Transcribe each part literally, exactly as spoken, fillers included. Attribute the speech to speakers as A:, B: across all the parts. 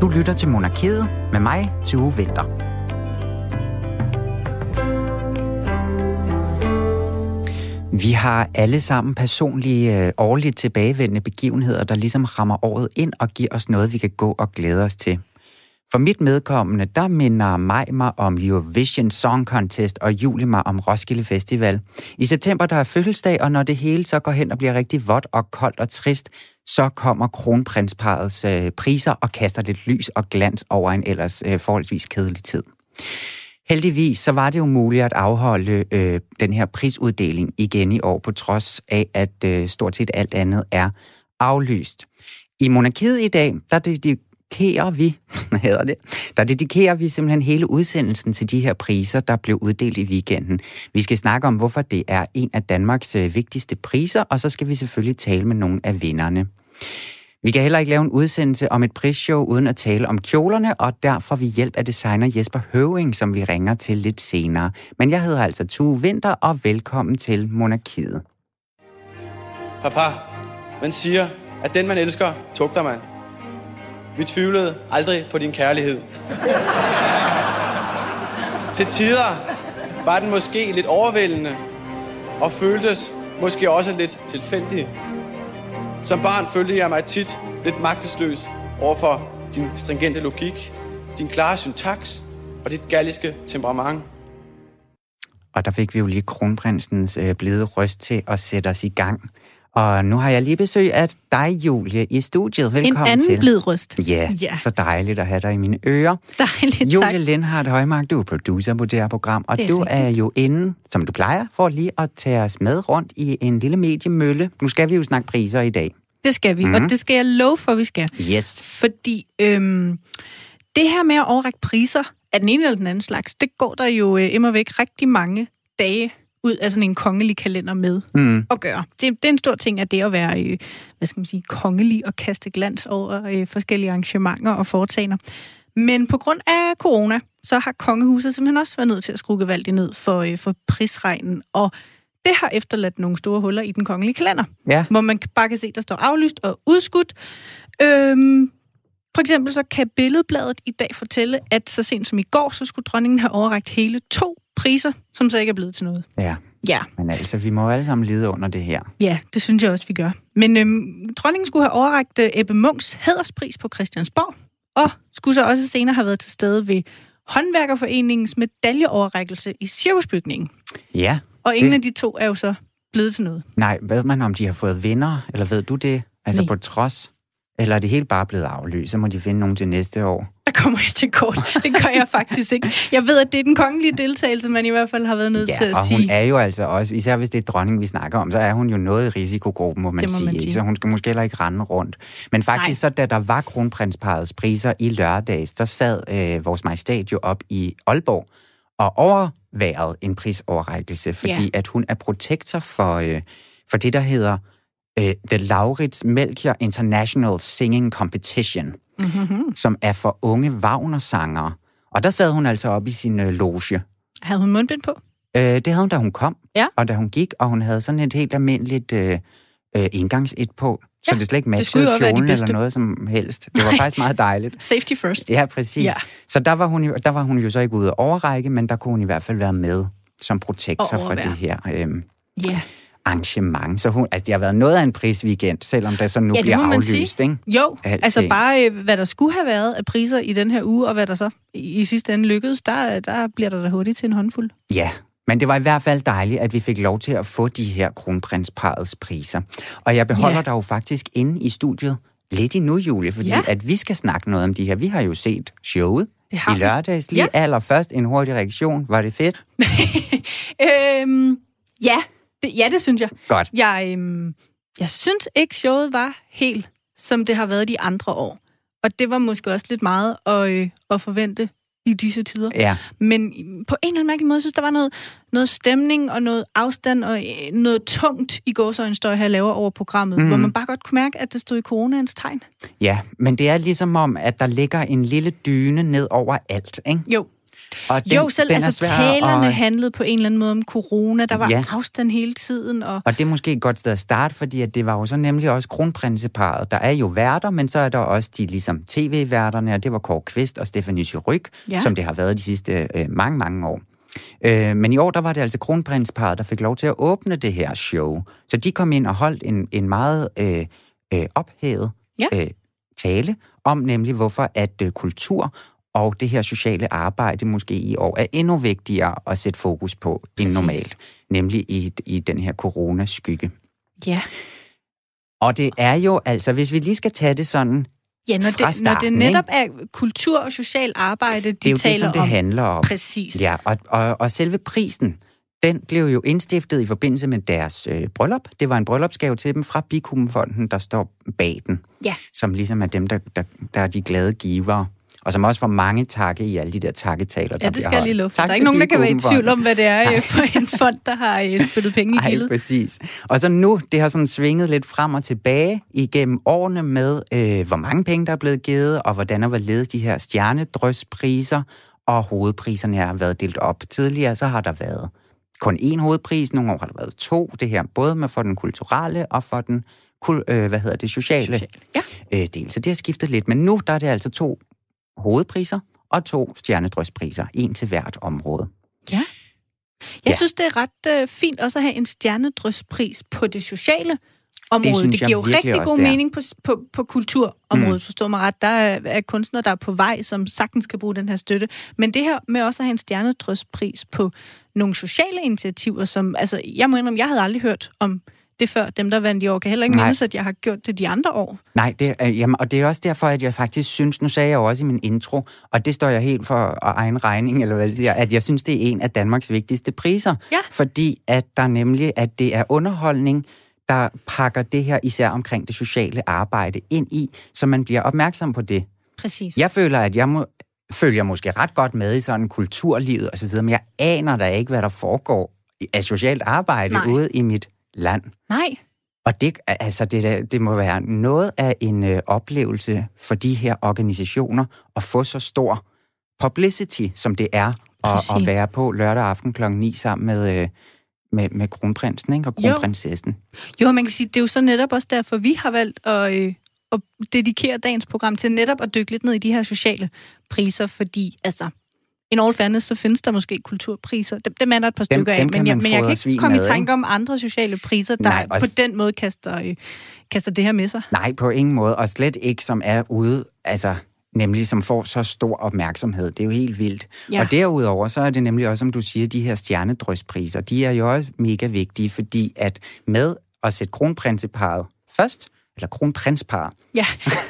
A: Du lytter til Monarkiet med mig, Tue Winther. Vi har alle sammen personlige, årligt tilbagevendende begivenheder, der ligesom rammer året ind og giver os noget, vi kan gå og glæde os til. For mit medkommende, der minder maj mig om Eurovision Song Contest og juli mig om Roskilde Festival. I september der er fødselsdag, og når det hele så går hen og bliver rigtig vådt og koldt og trist, så kommer kronprinsparrets øh, priser og kaster lidt lys og glans over en ellers øh, forholdsvis kedelig tid. Heldigvis så var det jo muligt at afholde øh, den her prisuddeling igen i år, på trods af, at øh, stort set alt andet er aflyst. I Monarkiet i dag, der dedikerer vi, hedder det, der dedikerer vi simpelthen hele udsendelsen til de her priser, der blev uddelt i weekenden. Vi skal snakke om, hvorfor det er en af Danmarks øh, vigtigste priser, og så skal vi selvfølgelig tale med nogle af vinderne. Vi kan heller ikke lave en udsendelse om et prisshow uden at tale om kjolerne, og derfor vi hjælp af designer Jesper Høving, som vi ringer til lidt senere. Men jeg hedder altså Tue Winther, og velkommen til Monarkiet.
B: Papa, man siger, at den man elsker, tugter man. Vi tvivlede aldrig på din kærlighed. Til tider var den måske lidt overvældende, og føltes måske også lidt tilfældig. Som barn følte jeg mig tit lidt magtesløs overfor din stringente logik, din klare syntaks og dit galliske temperament.
A: Og der fik vi jo lige kronprinsens øh, blide røst til at sætte os i gang. Og nu har jeg lige besøg af dig, Julie, i studiet. Velkommen til.
C: En anden
A: til.
C: blid røst.
A: Ja, yeah, så dejligt at have dig i mine ører.
C: Dejligt,
A: Julie
C: tak.
A: Lindhardt Højmark, du er producer på det her program, og er du rigtigt. Er jo inde, som du plejer, for lige at tage os med rundt i en lille mediemølle. Nu skal vi jo snakke priser i dag.
C: Det skal vi, mm-hmm. og det skal jeg love for, vi skal.
A: Yes.
C: Fordi øhm, det her med at overrække priser af den ene eller den anden slags, det går der jo øh, immer væk rigtig mange dage ud af sådan en kongelig kalender med mm. at gøre. Det, det er en stor ting, at det at være, øh, hvad skal man sige, kongelig og kaste glans over øh, forskellige arrangementer og foretagender. Men på grund af corona, så har kongehuset simpelthen også været nødt til at skrue gevaldigt ned for, øh, for prisregnen, og det har efterladt nogle store huller i den kongelige kalender,
A: ja.
C: Hvor man bare kan se, der står aflyst og udskudt. Øhm, for eksempel så kan Billedbladet i dag fortælle, at så sent som i går, så skulle dronningen have overrækt hele to priser, som så ikke er blevet til noget.
A: Ja,
C: ja.
A: Men altså, vi må jo alle sammen lide under det her.
C: Ja, det synes jeg også, vi gør. Men øhm, dronningen skulle have overrækt uh, Ebbe Munchs hæderspris på Christiansborg, og skulle så også senere have været til stede ved Håndværkerforeningens medaljeoverrækkelse i Cirkusbygningen.
A: Ja.
C: Og ingen
A: det...
C: af de to er jo så blevet til noget.
A: Nej, ved man, om de har fået vinder, eller ved du det? Altså Nej. På trods? Eller er det helt bare blevet aflyst, så må de finde nogen til næste år?
C: Der kommer jeg til kort. Det gør jeg faktisk ikke. Jeg ved, at det er den kongelige deltagelse, man i hvert fald har været nødt
A: ja,
C: til at
A: og
C: sige.
A: Hun er jo altså også, især hvis det er dronningen, vi snakker om, så er hun jo noget i risikogruppen, må man,
C: må
A: sige,
C: man sige.
A: Så hun skal måske heller ikke rende rundt. Men faktisk, Nej. så da der var kronprinsparrets priser i lørdags, der sad øh, vores majestæt jo op i Aalborg og overværede en prisoverrækkelse, fordi ja. at hun er protektor for, øh, for det, der hedder øh, The Laurits Melchior International Singing Competition, mm-hmm. som er for unge Wagner-sangere. Og der sad hun altså op i sin øh, loge.
C: Havde hun mundbind på?
A: Øh, det havde hun, da hun kom,
C: ja.
A: og da hun gik, og hun havde sådan et helt almindeligt øh, øh, indgangs-et på. Så ja, det slet ikke matchede kjolen eller noget som helst. Det var faktisk meget dejligt.
C: Safety first.
A: Ja, præcis. Ja. Så der var, hun, der var hun jo så ikke ude at overrække, men der kunne hun i hvert fald være med som protektor for det her øhm, yeah. arrangement. Så hun, altså, det har været noget af en prisweekend, selvom der så nu
C: ja,
A: bliver aflyst. Ikke?
C: Jo, Alting. altså bare hvad der skulle have været af priser i den her uge, og hvad der så i sidste ende lykkedes, der, der bliver der da hurtigt til en håndfuld.
A: Ja, men det var i hvert fald dejligt, at vi fik lov til at få de her kronprinsparrets priser. Og jeg beholder yeah. dig jo faktisk inde i studiet lidt endnu, Julie, fordi ja. at vi skal snakke noget om de her. Vi har jo set showet i lørdags. Lige ja. allerførst en hurtig reaktion. Var det fedt?
C: øhm, ja, det, ja, det synes jeg.
A: Godt.
C: Jeg, øhm, jeg synes ikke, showet var helt, som det har været de andre år. Og det var måske også lidt meget at, øh, at forvente i disse tider.
A: Ja.
C: Men på en eller anden mærkelig måde, synes der var noget, noget stemning og noget afstand og noget tungt i gåseøjne, står jeg her laver over programmet, mm. hvor man bare godt kunne mærke, at det stod i coronaens tegn.
A: Ja, men det er ligesom om, at der ligger en lille dyne ned over alt, ikke?
C: Jo.
A: Og den,
C: jo, selv
A: den
C: altså
A: svær,
C: talerne
A: og...
C: handlede på en eller anden måde om corona. Der var
A: ja.
C: afstand hele tiden. Og...
A: og det er måske et godt sted at starte, fordi at det var jo så nemlig også kronprinseparret. Der er jo værter, men så er der også de ligesom tv-værterne, og det var Kåre Kvist og Stephanie Surrugue, ja. som det har været de sidste øh, mange, mange år. Øh, men i år, der var det altså kronprinsparret, der fik lov til at åbne det her show. Så de kom ind og holdt en, en meget øh, øh, ophævet ja. øh, tale om nemlig, hvorfor at øh, kultur og det her sociale arbejde måske i år er endnu vigtigere at sætte fokus på Præcis. end normalt. Nemlig i, i den her coronaskygge.
C: Ja.
A: Og det er jo altså, hvis vi lige skal tage det sådan
C: Ja, når
A: fra
C: det,
A: starten,
C: når det netop er kultur og social arbejde, de
A: det er jo
C: taler
A: det, som det
C: om.
A: handler om.
C: Præcis.
A: Ja, og, og, og selve prisen, den blev jo indstiftet i forbindelse med deres øh, bryllup. Det var en bryllupsgave til dem fra Bikubenfonden, der står bag den.
C: Ja. Som
A: ligesom er dem, der, der, der er de glade givere. Og som også får mange takke i alle de der takketaler, der
C: Ja, det skal jeg lige love. Der er ikke
A: nogen,
C: der kan være i tvivl om, hvad det er Nej. for en fond, der har spillet penge i gildet.
A: Nej, præcis. Og så nu, det har sådan svinget lidt frem og tilbage igennem årene med, øh, hvor mange penge, der er blevet givet, og hvordan der var ledet de her stjernedryspriser, og hovedpriserne har været delt op. Tidligere så har der været kun én hovedpris, nogle år har der været to, det her, både med for den kulturelle og for den, øh, hvad hedder det, sociale
C: Social. ja.
A: øh, del. Så det har skiftet lidt, men nu der er det altså to hovedpriser og to stjernedryspriser, en til hvert område.
C: Ja. Jeg ja. synes, det er ret øh, fint også at have en stjernedryspris på det sociale område. Det, det giver jo rigtig god mening på, på, på kulturområdet, mm. forstår mig ret. Der er, er kunstnere, der er på vej, som sagtens kan bruge den her støtte. Men det her med også at have en stjernedryspris på nogle sociale initiativer, som, altså, jeg må indrømme, jeg havde aldrig hørt om det før dem, der vandt i år. Kan heller ikke mindes, at jeg har gjort det de andre år.
A: Nej, det, øh, jamen, og det er også derfor, at jeg faktisk synes, nu sagde jeg jo også i min intro, og det står jeg helt for egen regning, eller hvad det siger, at jeg synes, det er en af Danmarks vigtigste priser.
C: Ja.
A: Fordi at der nemlig, at det er underholdning, der pakker det her især omkring det sociale arbejde ind i, så man bliver opmærksom på det.
C: Præcis.
A: Jeg føler, at jeg må, følger måske ret godt med i sådan kulturlivet og så videre, men jeg aner da ikke, hvad der foregår af socialt arbejde Nej. ude i mit land.
C: Nej.
A: Og det, altså det, det må være noget af en øh, oplevelse for de her organisationer at få så stor publicity, som det er at, at være på lørdag aften klokken ni sammen med, øh, med, med kronprinsen, ikke? Og kronprinsessen.
C: Jo. jo, man kan sige, det er jo så netop også derfor, vi har valgt at, øh, at dedikere dagens program til netop at dykke lidt ned i de her sociale priser, fordi altså in all fairness, så findes der måske kulturpriser. Dem, dem er der et par stykker dem, af, men jeg, men jeg kan ikke komme med, i tanke om andre sociale priser, der Nej, på den måde kaster, øh, kaster det her med sig.
A: Nej, på ingen måde, og slet ikke som er ude, altså nemlig som får så stor opmærksomhed. Det er jo helt vildt. Ja. Og derudover, så er det nemlig også, som du siger, de her stjernedryspriser, de er jo også mega vigtige, fordi at med at sætte kronprinseparret først, eller kronprinsparret.
C: Ja,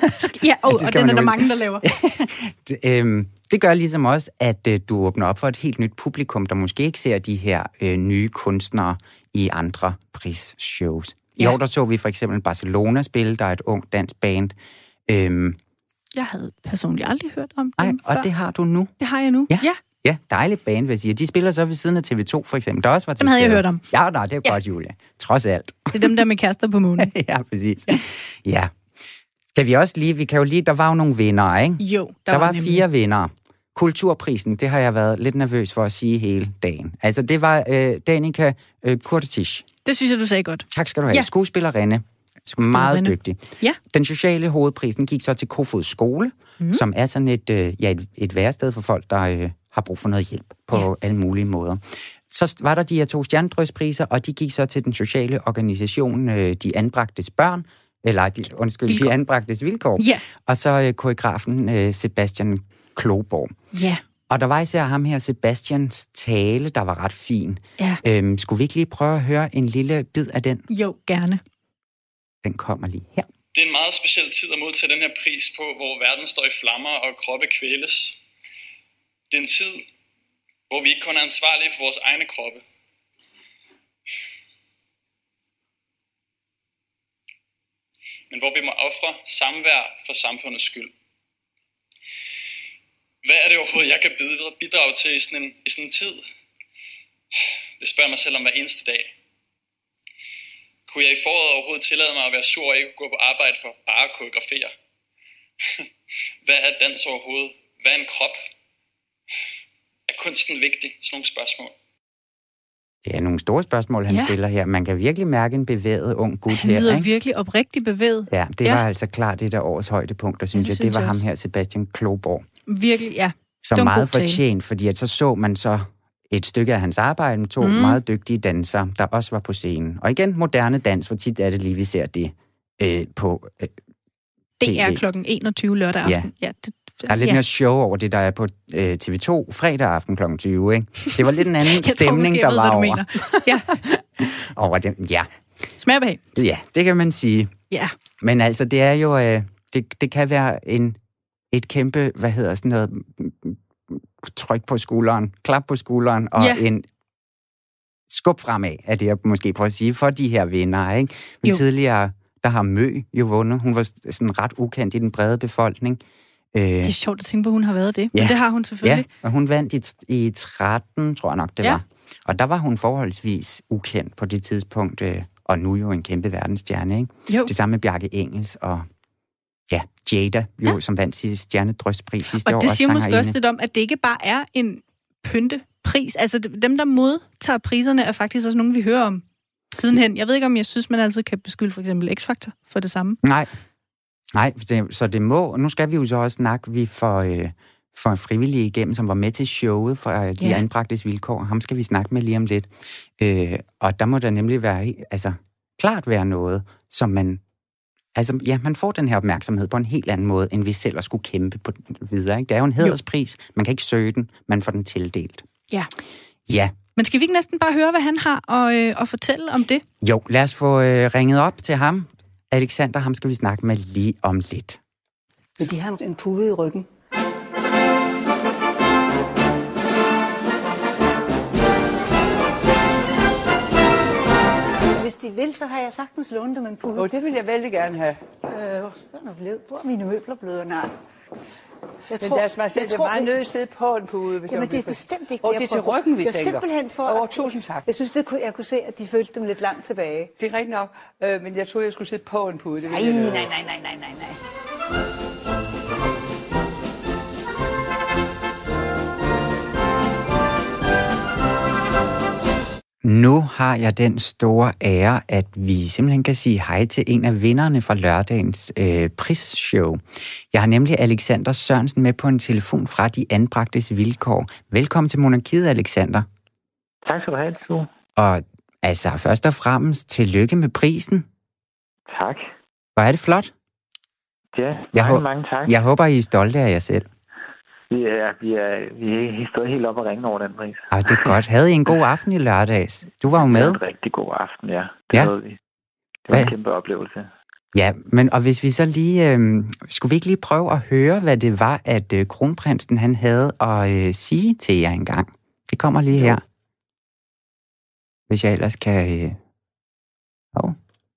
C: ja oh, og den er der mange, der laver.
A: det, øhm, det gør ligesom også, at øh, du åbner op for et helt nyt publikum, der måske ikke ser de her øh, nye kunstnere i andre prisshows. I ja. år der så vi for eksempel Barcelona spille, der er et ungt dansk band. Øhm,
C: jeg havde personligt aldrig hørt om dem
A: Nej, og
C: før.
A: det har du nu.
C: Det har jeg nu,
A: ja.
C: ja.
A: Ja, dejligt band, vil jeg sige. De spiller så ved siden af T V to, for eksempel. Der også var til
C: dem havde
A: stede.
C: jeg hørt om.
A: Ja, nej, det er ja. godt, Julia. Trods alt.
C: Det er dem, der med kærester på månen.
A: ja, præcis. Ja. Skal vi også lige, vi kan jo lige, der var jo nogle vinder, ikke?
C: Jo, der,
A: der
C: var,
A: var fire vindere. Kulturprisen, det har jeg været lidt nervøs for at sige hele dagen. Altså, det var øh, Danica øh, Curtis.
C: Det synes jeg, du sagde godt.
A: Tak skal du have. Ja. Skuespillerinde. Meget dygtig.
C: Ja.
A: Den sociale hovedprisen gik så til Kofods Skole, mm. som er sådan et, øh, ja, et, et værested for folk, der øh, har brug for noget hjælp på ja. alle mulige måder. Så var der de her to stjernedryspriser, og de gik så til den sociale organisation øh, De Anbragtes Børn, eller de, undskyld, vilkår. De Anbragtes Vilkår,
C: ja.
A: og så øh, koreografen øh, Sebastian Kloborg.
C: Ja.
A: Og der var især ham her, Sebastians tale, der var ret fin.
C: Ja.
A: Øhm, skulle vi ikke lige prøve at høre en lille bid af den?
C: Jo, gerne.
A: Den kommer lige her.
D: Det er en meget speciel tid at modtage den her pris på, hvor verden står i flammer og kroppe kvæles. Det er en tid, hvor vi ikke kun er ansvarlige for vores egne kroppe. Men hvor vi må ofre samvær for samfundets skyld. Hvad er det overhovedet, jeg kan bidrage til i sådan en, i sådan en tid? Det spørger jeg mig selv om hver eneste dag. Kunne jeg i foråret overhovedet tillade mig at være sur og ikke gå på arbejde for bare at koreografere? Hvad er dans overhovedet? Hvad er en krop? Er kunsten vigtig? Sådan nogle spørgsmål.
A: Det er nogle store spørgsmål, han ja. stiller her. Man kan virkelig mærke en bevæget ung gut
C: han
A: her.
C: Han lyder
A: ikke?
C: virkelig oprigtigt bevæget.
A: Ja, det ja. var altså klart det der årets højdepunkt, der synes ja, det jeg. Det var jeg ham her, Sebastian Kloborg.
C: Virkelig, ja.
A: Som meget fortjent, fordi at så så man så et stykke af hans arbejde med to mm. meget dygtige dansere, der også var på scenen. Og igen, moderne dans, for tit er det lige, vi ser det øh, på øh, T V.
C: Det er klokken enogtyve lørdag aften. Ja. Ja, det,
A: der er lidt ja. mere show over det, der er på øh, T V to fredag aften klokken tyve, ikke? Det var lidt en anden stemning,
C: tror,
A: der var
C: ved,
A: over.
C: ja.
A: over det. Ja.
C: Smagerbehag.
A: Ja, det kan man sige.
C: Ja.
A: Men altså, det er jo... Øh, det, det kan være en, et kæmpe, hvad hedder sådan noget... tryk på skulderen, klap på skulderen, og yeah. en skub fremad, er det jeg måske prøver at sige, for de her vinder, ikke? Men jo. Tidligere, der har Mø jo vundet. Hun var sådan ret ukendt i den brede befolkning.
C: Det er sjovt at tænke på, at hun har været det. Ja. Men det har hun selvfølgelig.
A: Ja, og hun vandt i, i tretten, tror jeg nok, det ja. var. Og der var hun forholdsvis ukendt på det tidspunkt, og nu jo en kæmpe verdensstjerne, ikke? Jo. Det samme med Bjarke Engels og ja, Jada, jo, ja. som vandt sin stjernedrøstpris sidste år.
C: Og det siger måske også lidt om, at det ikke bare er en pyntepris. Altså dem, der modtager priserne, er faktisk også nogen, vi hører om sidenhen. Jeg ved ikke, om jeg synes, man altid kan beskylde for eksempel X-Factor for det samme.
A: Nej, Nej det, så det må. Nu skal vi jo så også snakke, vi for, øh, for frivillige igennem, som var med til showet for øh, de ja. anbragtes vilkår. Ham skal vi snakke med lige om lidt. Øh, og der må der nemlig være, altså klart være noget, som man Altså, ja, man får den her opmærksomhed på en helt anden måde, end vi selv skulle kæmpe på videre, ikke? Det er jo en hæderspris. Man kan ikke søge den, man får den tildelt.
C: Ja.
A: Ja.
C: Men skal vi ikke næsten bare høre, hvad han har at, øh, at fortælle om det?
A: Jo, lad os få øh, ringet op til ham. Alexander, ham skal vi snakke med lige om lidt.
E: Vil de have en pude i ryggen? Hvis de vil, så har jeg sagtens lånt dem en pude.
F: Åh, oh, det vil jeg vældig gerne have.
E: Øh, hvor er mine møbler blevet? Nej.
F: Jeg men tror, deres majestæt, det er meget nødt til at sidde på en pude. Hvis
E: jamen, det er bestemt ikke
F: og det er til ryggen, vi
E: tænker.
F: tænker.
E: Simpelthen for...
F: Åh, oh, tusind tak.
E: Jeg synes, det kunne, jeg kunne se, at de følte dem lidt langt tilbage.
F: Det er rigtigt nok, øh, men jeg troede, jeg skulle sidde på en pude. Det
E: nej, nej, nej, nej, nej, nej, nej.
A: Nu har jeg den store ære, at vi simpelthen kan sige hej til en af vinderne fra lørdagens øh, prisshow. Jeg har nemlig Alexander Sørensen med på en telefon fra De Anbragtes Vilkår. Velkommen til Monarkiet, Alexander.
G: Tak skal du have, du.
A: Og altså, først og fremmest, tillykke med prisen.
G: Tak.
A: Hvor er det flot.
G: Ja, mange,
A: jeg
G: mange tak.
A: Jeg håber, I er stolte af jer selv.
G: Vi er, vi er, vi er stået helt op og ringe over den pris.
A: Ah, det er godt. Havde I en god aften i lørdags? Du var jo med.
G: Det var en rigtig god aften, ja. Det
A: ja.
G: havde vi. Det var Hvad? en kæmpe oplevelse.
A: Ja, men og hvis vi så lige... Øh, skulle vi ikke lige prøve at høre, hvad det var, at øh, kronprinsen han havde at øh, sige til jer engang? Det kommer lige jo. her. Hvis jeg ellers kan... Øh... Oh.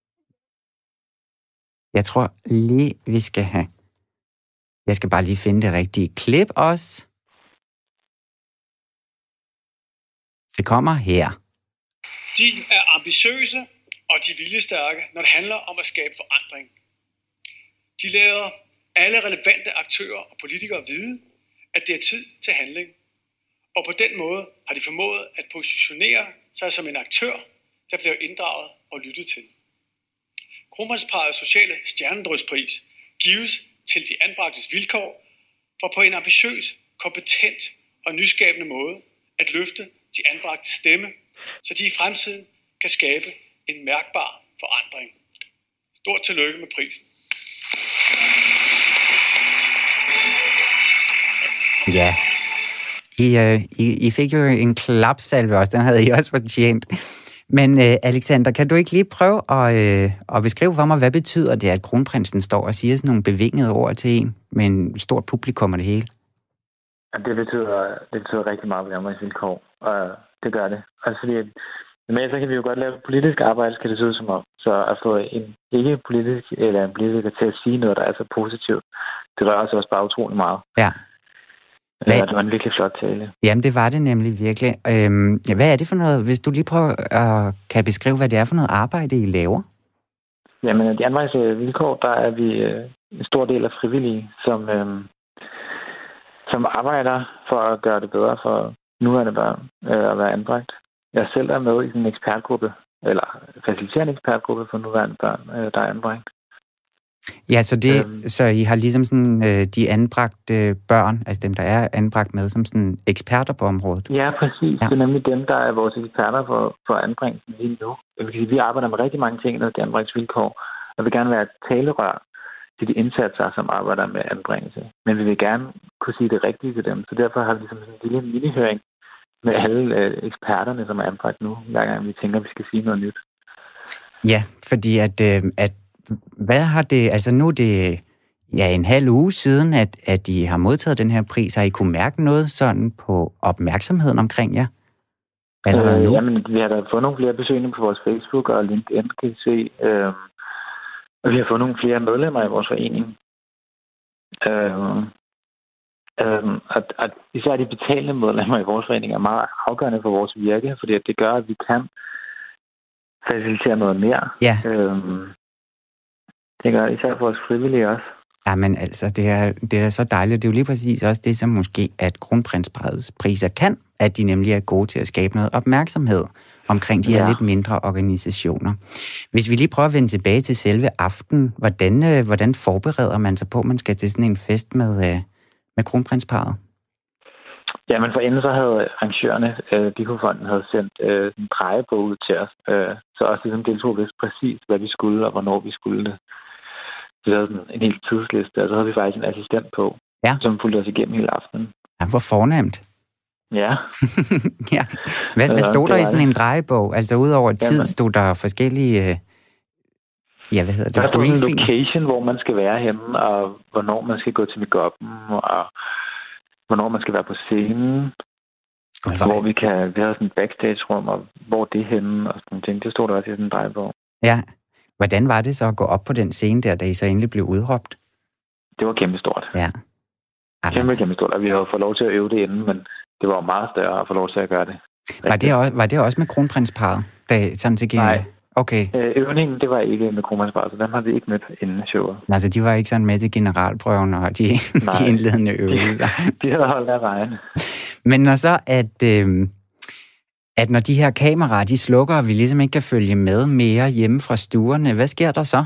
A: Jeg tror lige, vi skal have... Jeg skal bare lige finde det rigtige klip også. Det kommer her.
H: De er ambitiøse, og de viljestærke, når det handler om at skabe forandring. De lader alle relevante aktører og politikere vide, at det er tid til handling. Og på den måde har de formået at positionere sig som en aktør, der bliver inddraget og lyttet til. Kronprinsparrets sociale stjernedrøstpris gives til De Anbragtes Vilkår, for på en ambitiøs, kompetent og nyskabende måde at løfte de anbragte stemme, så de i fremtiden kan skabe en mærkbar forandring. Stort tillykke med prisen.
A: Ja, I, øh, I, I fik jo en klapsalve også, den havde I også fortjent. Men uh, Alexander, kan du ikke lige prøve at, uh, at beskrive for mig, hvad betyder det, at kronprinsen står og siger sådan nogle bevingede ord til en, med en stort publikum og det hele?
G: Det betyder, det betyder rigtig meget på Danmarks vilkår, og det gør det. Altså fordi, men så kan vi jo godt lave politisk arbejde, skal det se ud som om. Så at få en ikke-politisk eller en politiker til at sige noget, der er så positivt, det rører altså også bare utrolig meget.
A: Ja.
G: Hvad? Det var en virkelig flot tale.
A: Jamen, det var det nemlig virkelig. Øhm, ja, hvad er det for noget, hvis du lige prøver at uh, kan beskrive, hvad det er for noget arbejde, I laver?
G: Jamen, De Anbragtes Vilkår, der er vi øh, en stor del af frivillige, som, øh, som arbejder for at gøre det bedre for nuværende børn øh, at være anbragt. Jeg selv er med i sådan en ekspertgruppe, eller faciliterende ekspertgruppe for nuværende børn, øh, der er anbragt.
A: Ja, så, det, øhm, så I har ligesom sådan øh, de anbragte børn, altså dem, der er anbragt med, som sådan eksperter på området?
G: Ja, præcis. Ja. Det er nemlig dem, der er vores eksperter for, for anbringelsen lige nu. Jeg vil sige, vi arbejder med rigtig mange ting, der er anbringelsesvilkår, og vil gerne være et talerør til de indsatser, som arbejder med anbringelse. Men vi vil gerne kunne sige det rigtige til dem, så derfor har vi ligesom sådan en lille minihøring med alle øh, eksperterne, som er anbragt nu, hver gang vi tænker, at vi skal sige noget nyt.
A: Ja, fordi at, øh, at hvad har det, altså nu er det ja, en halv uge siden, at, at I har modtaget den her pris. Har I kunne mærke noget sådan på opmærksomheden omkring jer? Allerede øh, nu?
G: Jamen, vi har da fået nogle flere besøgende på vores Facebook og LinkedIn, kan I se. Øh, og vi har fået nogle flere medlemmer i vores forening. Øh, øh, at, at især de betalende medlemmer i vores forening er meget afgørende for vores virke, fordi det gør, at vi kan facilitere noget mere.
A: Ja.
G: Øh, Det gør især for os frivillige også.
A: Jamen altså, det er, det er så dejligt. Det er jo lige præcis også det, som måske, at kronprinsparrets priser kan, at de nemlig er gode til at skabe noget opmærksomhed omkring de her ja. lidt mindre organisationer. Hvis vi lige prøver at vende tilbage til selve aften, hvordan, øh, hvordan forbereder man sig på, at man skal til sådan en fest med, øh, med kronprinsparret?
G: Jamen for enden så havde arrangørerne, øh, Bikofonden, havde sendt øh, en drejebog ud til os, øh, så også ligesom deltog vist præcis, hvad vi skulle og hvornår vi skulle det. Vi havde en, en hel tidsliste, og så havde vi faktisk en assistent på,
A: ja.
G: som fulgte os igennem hele aftenen.
A: Ja, hvor fornemt.
G: Ja.
A: ja. Hvad, hvad stod der i sådan en drejebog? Altså udover tid Jamen. stod der forskellige, øh, ja hvad hedder det,
G: der briefing? Der en location, hvor man skal være henne, og hvornår man skal gå til make-up'en, og hvornår man skal være på scenen, God, hvor vi kan, vi har sådan et backstage-rum, og hvor det er henne, og sådan ting. Det stod der også i sådan en drejebog.
A: Ja. Hvordan var det så at gå op på den scene der, da I så endelig blev udråbt?
G: Det var kæmpestort.
A: Ja.
G: Kæmpe, kæmpestort, og vi havde fået lov til at øve det inden, men det var meget større at få lov til at gøre det.
A: Var det også, var det også med kronprinsparret? Da, sådan til
G: Nej.
A: Okay.
G: Øvningen, det var ikke med kronprinsparret, så dem har vi ikke mødt inden showet.
A: Altså, de var ikke sådan med til generalprøven og de, de indledende øvelser?
G: De, de havde holdt af vejen.
A: Men når så, at... Øh, at når de her kameraer, de slukker, og vi ligesom ikke kan følge med mere hjemme fra stuerne, hvad sker der så?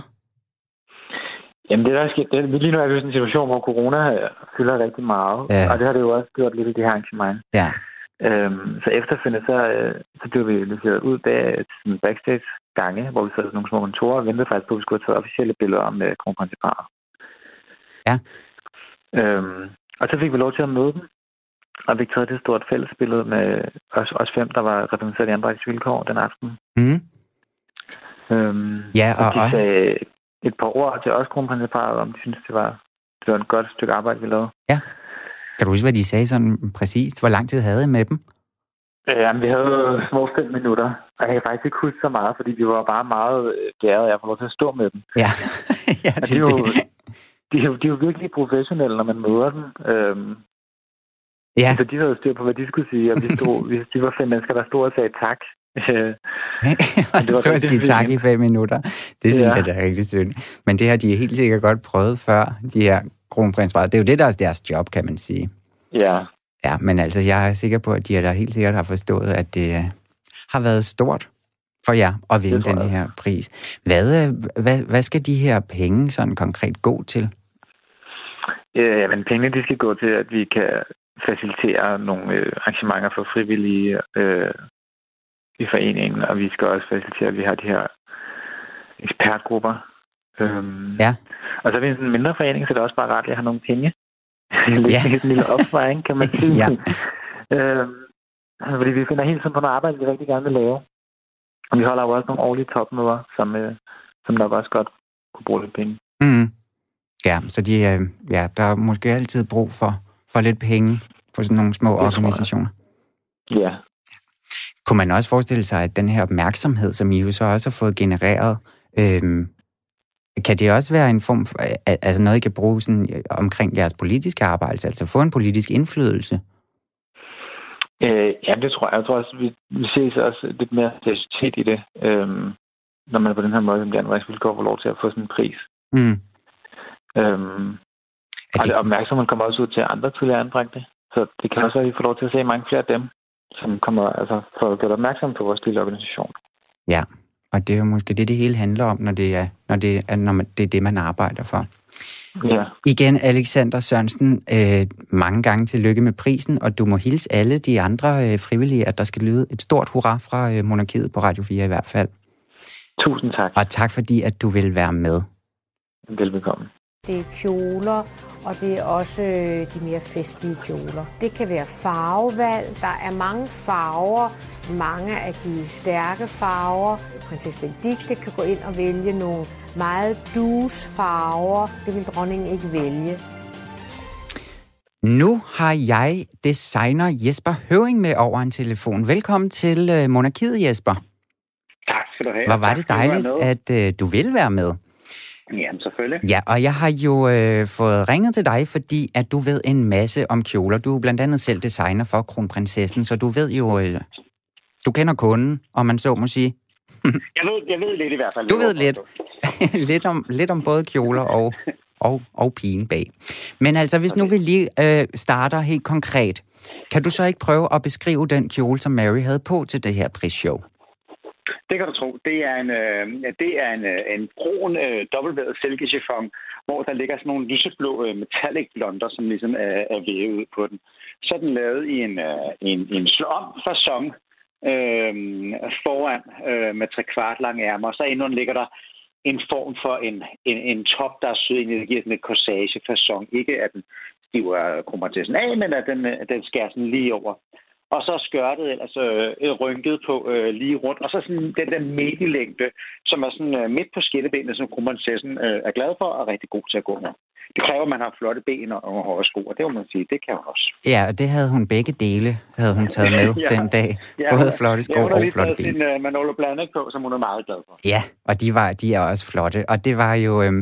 G: Jamen det der er sket, det, lige nu er vi i sådan en situation, hvor corona fylder rigtig meget, ja. Og det har det jo også gjort lidt i det her arrangement.
A: Ja.
G: Øhm, så efterfølgende, så, så blev vi leveret ud bag sådan backstage-gange, hvor vi sad i nogle små kontorer og ventede faktisk på, at vi skulle have taget officielle billeder med kronprinsparet.
A: Ja.
G: Øhm, og så fik vi lov til at møde dem. Og vi taget det stort fællesbillede med os, os fem, der var repræsenteret i anbringelsesvilkår den aften.
A: Mm.
G: Øhm,
A: ja, og,
G: og de sagde et par ord til os kronprinsparet, om de synes det var, det var et godt stykke arbejde, vi lavede.
A: Ja. Kan du huske, hvad de sagde sådan præcist? Hvor lang tid havde I med dem?
G: Jamen, vi havde små fem minutter. Og jeg kan faktisk ikke huske så meget, fordi vi var bare meget glade, at jeg får lov til at stå med dem.
A: Ja, ja det,
G: de, er jo, de, er jo, de er jo virkelig professionelle, når man møder dem. Øhm,
A: Ja.
G: Så de havde styr på, hvad de skulle sige, og vi stod, vi, de var fem mennesker, der stod og sagde tak.
A: Det var stod og sige tak i fem minutter. Det synes ja. jeg, det er rigtig synd. Men det har de helt sikkert godt prøvet før, de her kronprinsparer. Det er jo det, der er deres job, kan man sige.
G: Ja.
A: Ja, men altså, jeg er sikker på, at de der helt sikkert har forstået, at det uh, har været stort for jer at vinde den her pris. Hvad, hvad, hvad skal de her penge sådan konkret gå til?
G: Ja, men pengene, de skal gå til, at vi kan facilitere nogle øh, arrangementer for frivillige øh, i foreningen, og vi skal også facilitere, at vi har de her ekspertgrupper. Øhm,
A: ja.
G: Og så er vi en mindre forening, så det er også bare ret, at jeg har nogle penge. Lidt ja. en lille opsparing, kan man sige. ja. øhm, fordi vi finder hele tiden på noget arbejde, vi rigtig gerne vil lave. Og vi holder jo også nogle årlige topmøder, som, øh, som nok også godt kunne bruge lidt penge.
A: Mm. Ja, så de, øh, ja, der er måske altid brug for for lidt penge for sådan nogle små det organisationer.
G: Ja.
A: Kunne man også forestille sig, at den her opmærksomhed, som I jo så også har fået genereret, øhm, kan det også være en form for, altså noget, I kan bruge sådan omkring jeres politiske arbejde, altså få en politisk indflydelse?
G: Øh, ja, det tror jeg. Jeg tror også, vi, vi ses også lidt mere seriøsitet i det, øhm, når man på den her måde, som det anbringelsesvilkår, får lov til at få sådan en pris.
A: Mm.
G: Øhm, Og det... opmærksomheden kommer også ud til andre tidligere anbragte. Så det kan også være, at vi får lov til at se mange flere af dem. som kommer, altså for at gøre opmærksom på vores lille organisation.
A: Ja, og det er jo måske det, det hele handler om, når det er, når det er, når man, det, er det, man arbejder for.
G: Ja.
A: Igen, Alexander Sørensen, øh, mange gange tillykke med prisen, og du må hilse alle de andre øh, frivillige, at der skal lyde et stort hurra fra øh, Monarkiet på Radio fire i hvert fald.
G: Tusind tak.
A: Og tak fordi, at du vil være med.
G: Velbekomme.
I: Det er kjoler, og det er også de mere festlige kjoler. Det kan være farvevalg. Der er mange farver, mange af de stærke farver. Prinsesse Benedikte kan gå ind og vælge nogle meget douce farver. Det vil dronningen ikke vælge.
A: Nu har jeg designer Jesper Høving med over en telefon. Velkommen til Monarkiet, Jesper.
J: Tak skal du have.
A: Hvor var det dejligt, at uh, du vil være med.
J: Jamen, selvfølgelig.
A: Ja, og jeg har jo øh, fået ringet til dig, fordi at du ved en masse om kjoler. Du er blandt andet selv designer for Kronprinsessen, så du ved jo, øh, du kender kunden, om man så må sige.
J: jeg, ved, jeg ved lidt i hvert fald.
A: Du ved lidt. lidt, om, lidt om både kjoler og, og, og pigen bag. Men altså, hvis nu vi lige øh, starter helt konkret, kan du så ikke prøve at beskrive den kjole, som Mary havde på til det her prisshow?
J: Det kan du tro. Det er en, øh, det er en, øh, en brun, øh, dobbeltvævet silkechiffon, hvor der ligger sådan nogle lyseblå øh, metallic blonder, som ligesom er, er vævet ud på den. Så er den lavet i en, øh, en, en slå-om facon øh, foran øh, med tre kvart lange ærmer. Så indenunder ligger der en form for en, en, en top, der er sød ind i, der giver sådan et corsage facon. Ikke at den stiver Kronprinsessen af, men at den, den skærer sådan lige over. Og så skørtet ellers øh, rynket på øh, lige rundt. Og så sådan den der medielængde, som er sådan øh, midt på skillebenet, som Kronprinsessen øh, er glad for og er rigtig god til at gå med. Det kræver, at man har flotte ben og, og hårde sko, og det må man sige, det kan hun også.
A: Ja, og det havde hun begge dele, havde hun taget med ja, den dag.
J: Ja,
A: både flotte sko
J: ja,
A: og flotte ben.
J: Hun har lige taget sin uh, Manolo Blahnik på, som hun er meget glad for.
A: Ja, og de, var, de er også flotte. Og det var jo... Øh,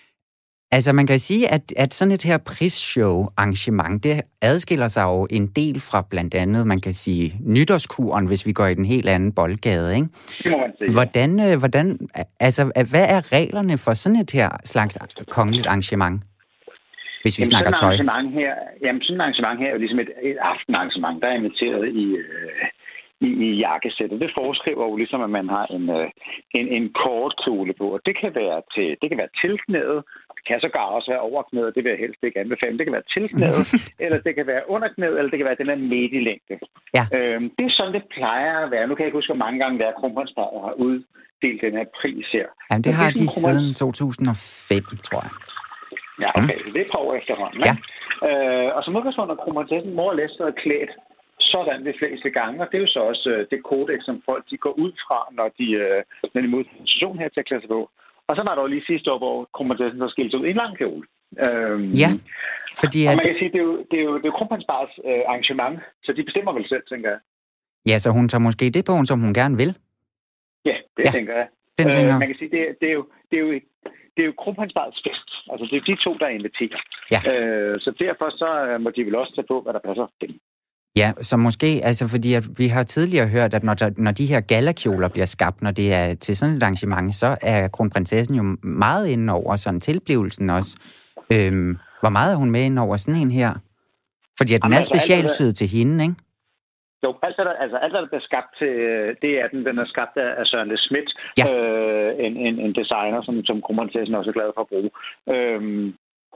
A: Altså, man kan sige, at, at sådan et her prisshow-arrangement, det adskiller sig jo en del fra blandt andet, man kan sige, nytårskuren, hvis vi går i den helt anden boldgade, ikke?
J: Det må man sige.
A: Hvordan, hvordan, altså, hvad er reglerne for sådan et her slags kongeligt arrangement, hvis vi
J: jamen,
A: snakker tøj?
J: Arrangement her, jamen, sådan et arrangement her er jo ligesom et, et aftenarrangement, der er inviteret i... Øh, i, i jakkesættet. Det foreskriver jo ligesom, at man har en, en, en kort kjole på. Og det kan være til, det kan være tilknædet, det kan sågar også være overknædet, det vil jeg helst ikke anbefale. Det kan være tilknædet, eller det kan være underknædet, eller det kan være den her medielængde.
A: Ja.
J: Øhm, det er sådan, det plejer at være. Nu kan jeg ikke huske, hvor mange gange der Kronprinsparet har uddelt den her pris her.
A: Jamen, det har det de siden to tusind og fem, tror jeg.
J: Ja, okay. Mm. Det er et par år efterhånden.
A: Ja.
J: Øh, og som udgangspunkt er Kronprinsessen more or less været klædt sådan de fleste gange, og det er jo så også øh, det kodex, som folk de går ud fra, når de, øh, når de modtager position her til at klæde sig på. Og så var der jo lige sidste år, hvor Kronprinsessen så skilte sig ud i en lang kjole. Øhm,
A: ja, fordi
J: og
A: at...
J: man kan sige, det er jo, det er jo, det er jo Kronprinsparets øh, arrangement, så de bestemmer vel selv, tænker jeg.
A: Ja, så hun tager måske det på, som hun gerne vil.
J: Ja, det ja. tænker jeg.
A: Den tænker...
J: øh, man kan sige, det, det er jo... Det er jo Det er jo Kronprinsparets fest. Altså, det er de to, der inviterer.
A: Ja.
J: Øh, så derfor så må de vel også tage på, hvad der passer dem.
A: Ja, så måske, altså fordi at vi har tidligere hørt, at når, der, når de her galakjoler bliver skabt, når det er til sådan et arrangement, så er Kronprinsessen jo meget inde over sådan tilblivelsen også. Øhm, hvor meget er hun med inde over sådan en her? Fordi at den Jamen, er altså, specialsyet til hende, ikke?
J: Jo, alt det, der, altså, alt, der bliver skabt til, det er den, den er skabt af Søren Le Schmidt,
A: ja.
J: øh, en, en, en designer, som, som Kronprinsessen også er glad for at bruge. Øhm,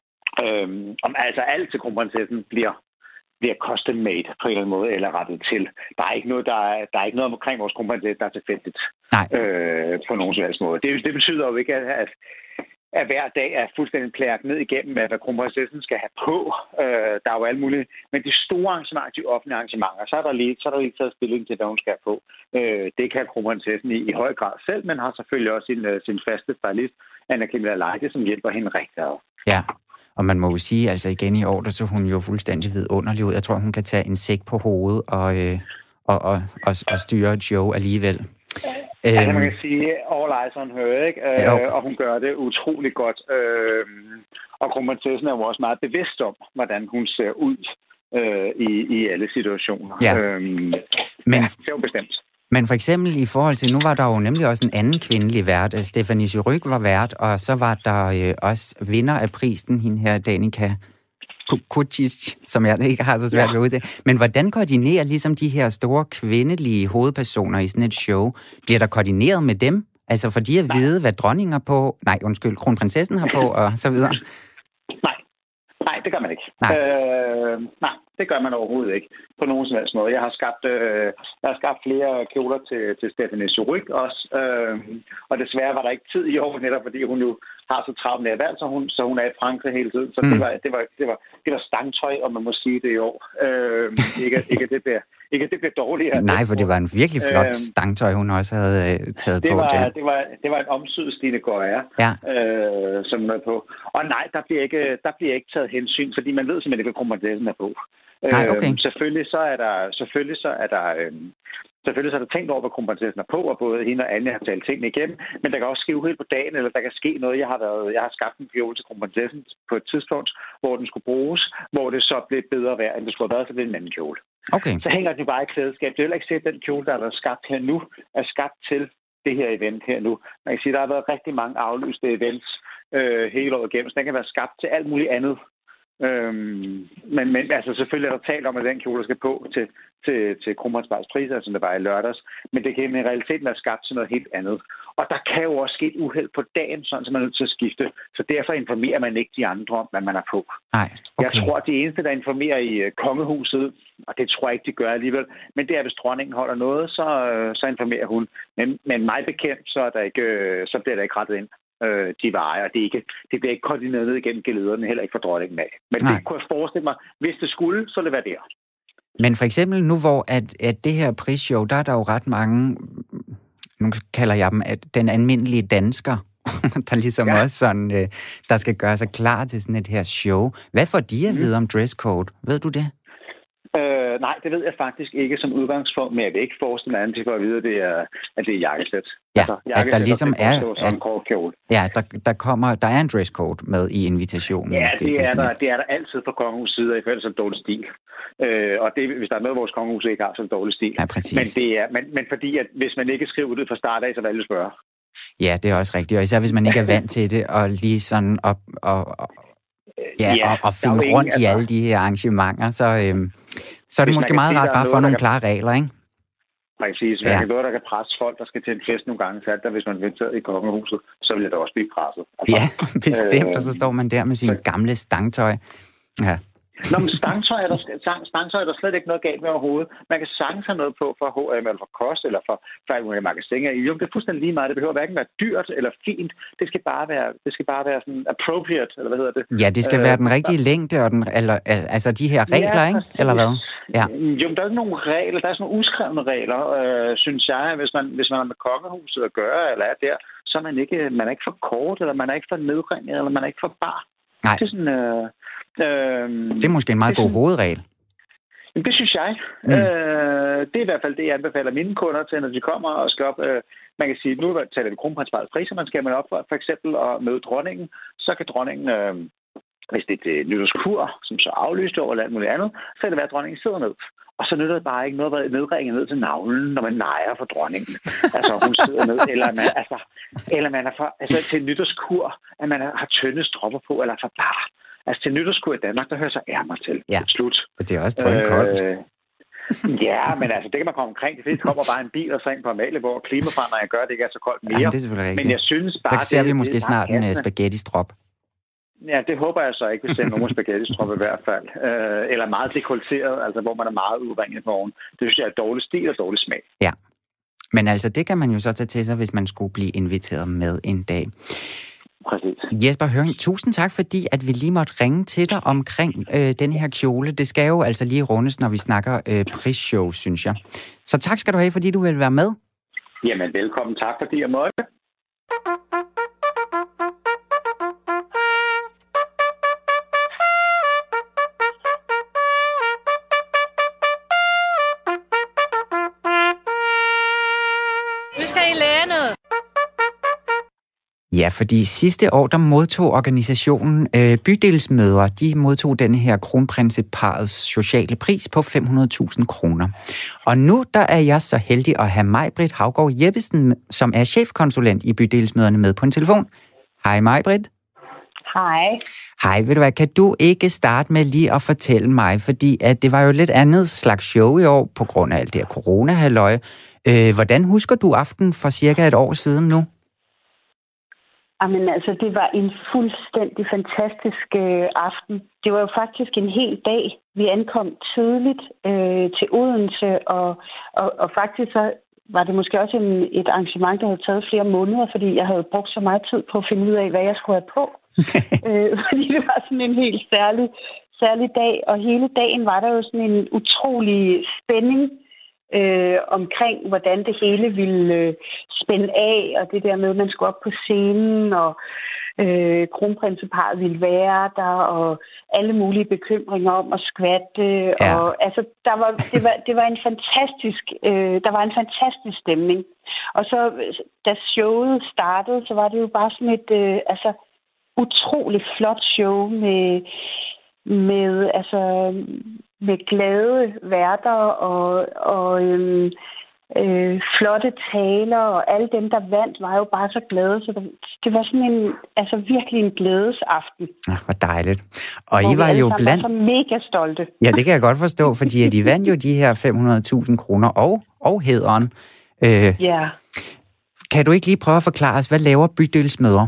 J: øhm, om, altså alt til Kronprinsessen bliver bliver custom made på en eller anden måde, eller rettet til. Der er ikke noget, der er, der er ikke noget omkring vores Kronprinsesse, der er tilfældigt øh, på nogen som helst måde. Det, det betyder jo ikke, at, at, at hver dag er fuldstændig plæret ned igennem, hvad Kronprinsessen skal have på. Øh, der er jo alt muligt. Men de store arrangementer, de offentlige arrangementer, så er der lige, så er der lige taget stilling til, hvad hun skal have på. Øh, det kan Kronprinsessen i, i høj grad selv, men har selvfølgelig også sin, sin faste stylist, Anna Camilla Leite, som hjælper hende rigtig meget.
A: Ja. Og man må jo sige, altså igen i år, der så hun jo fuldstændig vidunderlig ud. Jeg tror, hun kan tage en sæk på hovedet og, øh, og, og, og, og styre et show alligevel.
J: Altså æm... man kan sige, all eyes on her, ikke? Øh, og hun gør det utrolig godt. Øh, og Kronprinsessen er jo også meget bevidst om, hvordan hun ser ud øh, i, i alle situationer.
A: Ja.
J: Øh,
A: Men...
J: ja, det er jo bestemt.
A: Men for eksempel i forhold til, nu var der jo nemlig også en anden kvindelig vært. Stephanie Surrugue var vært, og så var der øh, også vinder af prisen, hende her, Danica Kucic, som jeg ikke har så svært ved ud til. Men hvordan koordinerer ligesom de her store kvindelige hovedpersoner i sådan et show? Bliver der koordineret med dem? Altså for de at vide, hvad dronningen har på, nej, undskyld, kronprinsessen har på, og så videre?
J: Nej, nej, det gør man ikke.
A: Nej.
J: Øh, nej, det gør man overhovedet ikke på nogen som helst måde. Jeg har skabt, øh, jeg har skabt flere kjoler til, til Stephanie Surrugue også, øh, og desværre var der ikke tid i år, netop fordi hun jo har så travlt med erhverv, så hun, så hun er i Frankrig hele tiden. Så mm. det, var, det, var, det, var, det var stangtøj, om man må sige det i år. Øh, ikke, ikke, det bliver, ikke at det bliver dårligere.
A: Nej, for det var en virkelig flot øh, stangtøj, hun også havde øh, taget
J: det
A: på.
J: Var,
A: det.
J: Det, var, det var en omsyd Stine Goya,
A: ja.
J: øh, som hun er på. Og nej, der bliver, ikke, der bliver ikke taget hensyn, fordi man ved simpelthen ikke, hvad kronprinsessen er på.
A: Nej, okay.
J: Øh, selvfølgelig så er der, selvfølgelig så er der, øh, selvfølgelig så er der tænkt over, hvad kronprinsessen er på, og både hende og Anja har talt tingene igennem, men der kan også ske uheld på dagen, eller der kan ske noget. Jeg har været, jeg har skabt en kjole til kronprinsessen på et tidspunkt, hvor den skulle bruges, hvor det så blev bedre vejr, end det skulle have været, så blev det en anden kjole.
A: Okay.
J: Så hænger den jo bare i klædeskab. Det er heller ikke set, at den kjole, der er skabt her nu, er skabt til det her event her nu. Man kan sige, at der har været rigtig mange aflyste events øh, hele året igennem, så den kan være skabt til alt muligt andet. Øhm, men, men altså selvfølgelig er der talt om, at den kjole skal på til, til, til kronprinsparrets priser, som det var i lørdags, men det kan i realiteten være skabt til noget helt andet. Og der kan jo også ske et uheld på dagen, sådan så man er nødt til at skifte. Så derfor informerer man ikke de andre om, hvad man er på.
A: Nej, okay.
J: Jeg tror, at de eneste, der informerer i uh, kongehuset, og det tror jeg ikke, de gør alligevel, men det er, hvis dronningen holder noget, så, uh, så informerer hun. Men, men mig bekendt, så, er der ikke, uh, så bliver der ikke rettet ind. De vejer, og det, ikke, det bliver ikke koordineret ned igennem gelederne, heller ikke for dronningen af. Men Nej. Det kunne jeg forestille mig, hvis det skulle, så det være der.
A: Men for eksempel nu, hvor at, at det her prisshow, der er der jo ret mange, nu kalder jeg dem, at den almindelige dansker, der ligesom ja. også sådan, der skal gøre sig klar til sådan et her show. Hvad får de at vide om dresscode? Ved du det?
J: Øh, nej, det ved jeg faktisk ikke som udgangspunkt, men jeg vil ikke forestille mig, at de får at vide, at det er, at det er jakkesæt.
A: Ja,
J: altså,
A: at der ligesom er,
J: at,
A: ja, der, der kommer, der er en dresscode med i invitationen.
J: Ja, det, det, er, der, det er der altid på kongehusets side, i fælles som dårlig stil. Øh, og det, hvis der er noget, vores kongehus ikke har, så er det dårlig stil.
A: Ja, præcis.
J: Men, det er, men, men fordi, at hvis man ikke skriver det fra start af, så vil alle spørge.
A: Ja, det er også rigtigt, og især hvis man ikke er vant til det, og lige sådan op, og, og, ja, ja, og, og finde rundt ingen, i alle de her arrangementer, så... Øhm, Så er det måske meget rart bare at få nogle kan... klare regler, ikke?
J: Præcis. Hvis ja. noget, der kan presse folk, der skal til en fest nogle gange, så er hvis man er inviteret i kongehuset, så vil det også blive presset. Altså,
A: ja, bestemt, øh, og så står man der med sine så... gamle stangtøj. Ja.
J: Nå, men stangtøj er, der, stangtøj er der slet ikke noget galt med overhovedet. Man kan sagtens have noget på for H og M eller for Kost eller for færdige magasiner. Jo, det er fuldstændig lige meget. Det behøver hverken være dyrt eller fint. Det skal bare være, det skal bare være sådan appropriate, eller hvad hedder det?
A: Ja, det skal øh, være den rigtige længde, og den, eller, altså de her regler, ja, ikke? Eller hvad? Ja.
J: Jo, men der er ikke nogen regler. Der er sådan nogle uskrevne regler, øh, synes jeg. Hvis man, hvis man har med kongehuset at gøre, eller er der, så er man ikke, man er ikke for kort, eller man er ikke for nedringet, eller man er ikke for bar.
A: Nej.
J: Det er sådan... Øh, Øhm,
A: det er måske en meget god hovedregel.
J: Det synes jeg. Mm. Øh, det er i hvert fald det, jeg anbefaler mine kunder til, når de kommer og skal op. Øh, man kan sige, nu taler vi kronprinsparrets priser, man skal man op for, for eksempel og møde dronningen. Så kan dronningen, øh, hvis det er et nytårskur, som så aflyst over eller alt muligt andet, så kan det være, at dronningen sidder ned. Og så nytter det bare ikke noget at nedringe ned til navlen, når man nejer for dronningen. Altså, hun sidder ned, eller man, altså, eller man er for, altså til et nytårskur, at man har tynde stropper på, eller for bare. Altså til nytårskur i Danmark, der hører så ærmer til.
A: Ja,
J: slut.
A: Det er også drønkoldt.
J: Øh, ja, men altså, det kan man komme omkring. Det fleste kommer bare en bil og så ind på Amalie, hvor klimaforandringer gør, det ikke er så koldt mere.
A: Ja, det er selvfølgelig rigtigt.
J: Men jeg synes bare...
A: Så ser vi
J: det,
A: måske
J: det
A: snart en uh, spaghetti-strop.
J: Ja, det håber jeg så ikke, hvis det er nogen spaghetti-strop i hvert fald. Øh, eller meget dekolteret, altså hvor man er meget udringet på oven. Det synes jeg er dårlig stil og dårlig smag.
A: Ja, men altså, det kan man jo så tage til sig, hvis man skulle blive inviteret med en dag.
J: Præcis.
A: Jesper Høring, tusind tak, fordi at vi lige måtte ringe til dig omkring øh, den her kjole. Det skal jo altså lige rundes, når vi snakker øh, prisshow, synes jeg. Så tak skal du have, fordi du vil være med.
J: Jamen, velkommen. Tak, fordi jeg måtte.
C: Nu skal I lære noget.
A: Ja, fordi sidste år, der modtog organisationen øh, Bydelsmødre, de modtog denne her kronprinseparets sociale pris på fem hundrede tusind kroner. Og nu, der er jeg så heldig at have Maj-Britt Haugaard Jeppesen, som er chefkonsulent i Bydelsmødrene, med på en telefon. Hej Maj-Britt.
K: Hej.
A: Hej, ved du hvad, kan du ikke starte med lige at fortælle mig, fordi at det var jo lidt andet slags show i år, på grund af alt det her corona-halløj. Øh, hvordan husker du aften for cirka et år siden nu?
K: Jamen altså, det var en fuldstændig fantastisk øh, aften. Det var jo faktisk en hel dag. Vi ankom tidligt øh, til Odense, og, og, og faktisk så var det måske også en, et arrangement, der havde taget flere måneder, fordi jeg havde brugt så meget tid på at finde ud af, hvad jeg skulle have på. øh, fordi det var sådan en helt særlig, særlig dag, og hele dagen var der jo sådan en utrolig spænding øh, omkring, hvordan det hele ville øh, spænde af, og det der med, at man skulle op på scenen, og øh, kronprinseparret ville være der, og alle mulige bekymringer om at skvatte. Ja. Og altså, der var, det, var, det var en fantastisk, øh, der var en fantastisk stemning. Og så, da showet startede, så var det jo bare sådan et, øh, altså, utroligt flot show med, med, altså, med glade værter og, og øhm, øh, flotte taler, og alle dem, der vandt, var jo bare så glade. Så det, det var sådan en, altså virkelig en glædesaften.
A: Ah, hvor dejligt. Og I var jo blandt...
K: Var så mega stolte.
A: Ja, det kan jeg godt forstå, fordi de vandt jo de her fem hundrede tusind kroner og, og hæderen. Øh,
K: ja.
A: Kan du ikke lige prøve at forklare os, hvad laver Bydelsmødre?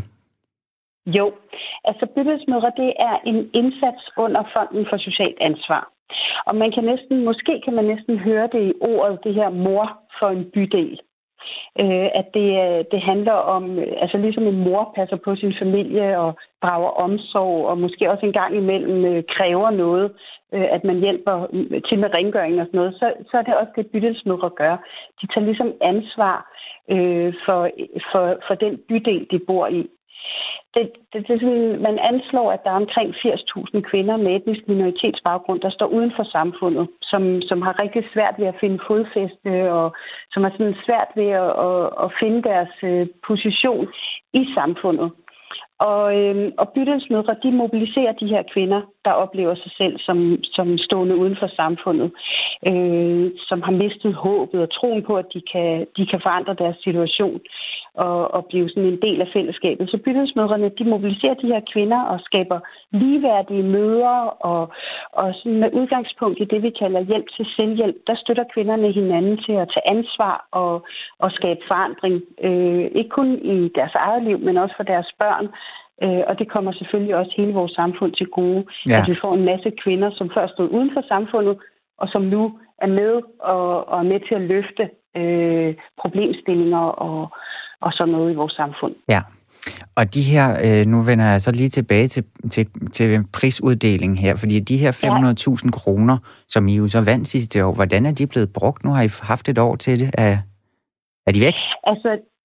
K: Jo, altså Bydelsmødre, det er en indsats under Fonden for Socialt Ansvar. Og man kan næsten, måske kan man næsten høre det i ordet, det her mor for en bydel. Øh, at det, det handler om, altså ligesom en mor passer på sin familie og drager omsorg, og måske også en gang imellem øh, kræver noget, øh, at man hjælper til med rengøring og sådan noget, så, så er det også det, Bydelsmødre gør. De tager ligesom ansvar øh, for, for, for den bydel, de bor i. Det, det, det, man anslår, at der er omkring firs tusind kvinder med etnisk minoritetsbaggrund, der står uden for samfundet, som, som har rigtig svært ved at finde fodfæste, og som har sådan svært ved at, at, at finde deres position i samfundet. Og, øhm, og Bydelsmødre, de mobiliserer de her kvinder, der oplever sig selv som, som stående uden for samfundet, øh, som har mistet håbet og troen på, at de kan, de kan forandre deres situation og, og blive sådan en del af fællesskabet. Så Bydelsmødrene, de mobiliserer de her kvinder og skaber ligeværdige møder, og, og sådan med udgangspunkt i det, vi kalder hjælp til selvhjælp, der støtter kvinderne hinanden til at tage ansvar og, og skabe forandring. Øh, ikke kun i deres eget liv, men også for deres børn. Øh, og det kommer selvfølgelig også hele vores samfund til gode. Ja. At vi får en masse kvinder, som før stod uden for samfundet, og som nu er med og, og er med til at løfte øh, problemstillinger og, og sådan noget i vores samfund.
A: Ja, og de her, øh, nu vender jeg så lige tilbage til, til, til prisuddelingen her, fordi de her fem hundrede tusind kroner, som I jo så vandt sidste år, hvordan er de blevet brugt? Nu har I haft et år til det. Er, er de væk?
K: Altså,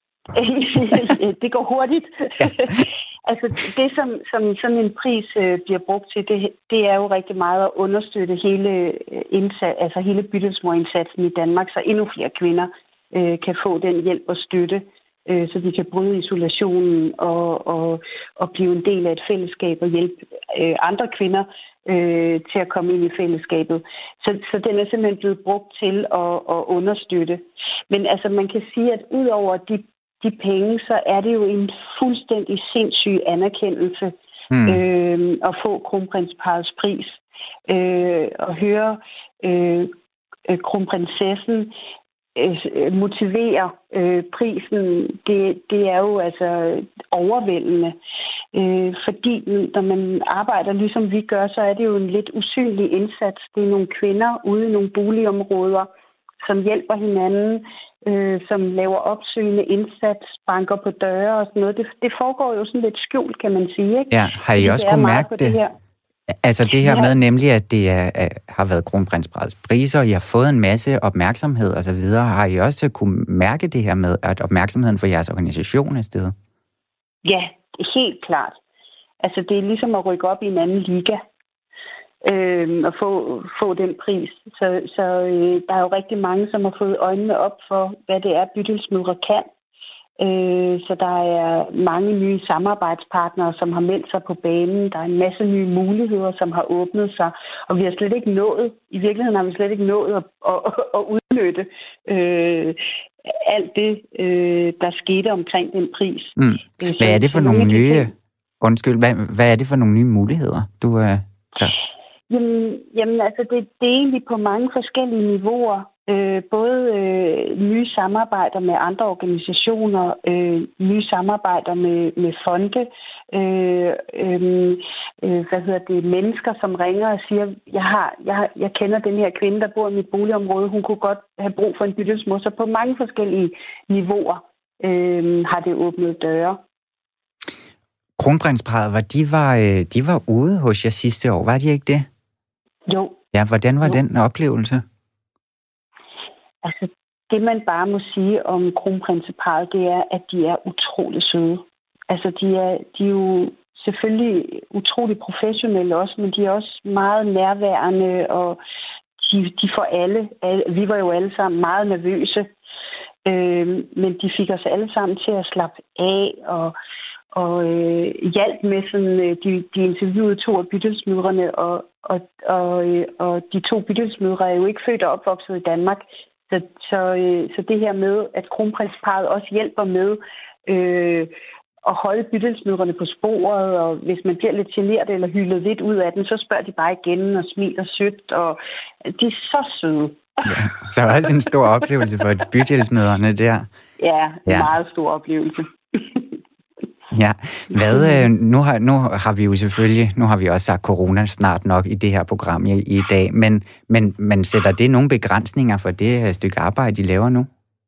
K: det går hurtigt. Ja. Altså, det som, som sådan en pris øh, bliver brugt til, det, det er jo rigtig meget at understøtte hele, indsats, altså hele Bydelsmødre-indsatsen i Danmark, så endnu flere kvinder øh, kan få den hjælp og støtte, øh, så de kan bryde isolationen og, og, og blive en del af et fællesskab og hjælpe øh, andre kvinder øh, til at komme ind i fællesskabet. Så, så den er simpelthen blevet brugt til at, at understøtte. Men altså, man kan sige, at ud over de de penge, så er det jo en fuldstændig sindssyg anerkendelse mm. øh, at få kronprinsparrets pris. Øh, og høre øh, kronprinsessen øh, motivere øh, prisen, det, det er jo altså overvældende. Øh, fordi når man arbejder, ligesom vi gør, så er det jo en lidt usynlig indsats. Det er nogle kvinder ude i nogle boligområder, som hjælper hinanden, øh, som laver opsøgende indsats, banker på døre og sådan noget. Det, det foregår jo sådan lidt skjult, kan man sige, ikke?
A: Ja, har I også kunne mærke det? det her. Altså det her ja. med nemlig, at det er, er, har været kronprinsparrets priser, og I har fået en masse opmærksomhed og så videre. Har I også kunne mærke det her med, at opmærksomheden for jeres organisation er steget?
K: Ja, helt klart. Altså det er ligesom at rykke op i en anden liga. Øh, og få, få den pris. Så, så øh, der er jo rigtig mange, som har fået øjnene op for, hvad det er, Bydelsmødre kan. Øh, så der er mange nye samarbejdspartnere, som har meldt sig på banen. Der er en masse nye muligheder, som har åbnet sig. Og vi har slet ikke nået, i virkeligheden har vi slet ikke nået at, at, at udnytte øh, alt det, øh, der skete omkring den pris.
A: Mm. Hvad er det for nogle nye... Undskyld, hvad, hvad er det for nogle nye muligheder, du øh, der?
K: Jamen, jamen altså, det, det er egentlig på mange forskellige niveauer. Øh, både øh, nye samarbejder med andre organisationer, øh, nye samarbejder med, med fonde, øh, øh, øh, hvad hedder det, mennesker, som ringer og siger, jeg, har, jeg, jeg kender den her kvinde, der bor i mit boligområde, hun kunne godt have brug for en bydelsmor. Så på mange forskellige niveauer øh, har det åbnet døre.
A: Kronprinsparret, var de var, de var ude hos jer sidste år, var de ikke det?
K: Jo.
A: Ja, hvordan var
K: jo.
A: den oplevelse?
K: Altså, det man bare må sige om kronprinseparret, det er, at de er utrolig søde. Altså, de er, de er jo selvfølgelig utrolig professionelle også, men de er også meget nærværende, og de, de får alle, alle, vi var jo alle sammen meget nervøse, øh, men de fik os alle sammen til at slappe af, og og øh, hjalp med sådan, øh, de, de interviewede to af bydelsmødrene, og, og, og, øh, og de to bydelsmødre er jo ikke født og opvokset i Danmark. Så, så, øh, så det her med, at kronprinsparret også hjælper med øh, at holde bydelsmødrene på sporet, og hvis man bliver lidt generet eller hyldet lidt ud af den, så spørger de bare igen og smiler sødt, og de er så søde.
A: Ja, så også en stor oplevelse for bydelsmødrene der.
K: Ja, en ja. meget stor oplevelse.
A: Ja, hvad, nu, har, nu har vi jo selvfølgelig, nu har vi også sagt corona snart nok i det her program i, i dag, men, men, men sætter det nogle begrænsninger for det stykke arbejde, I laver nu?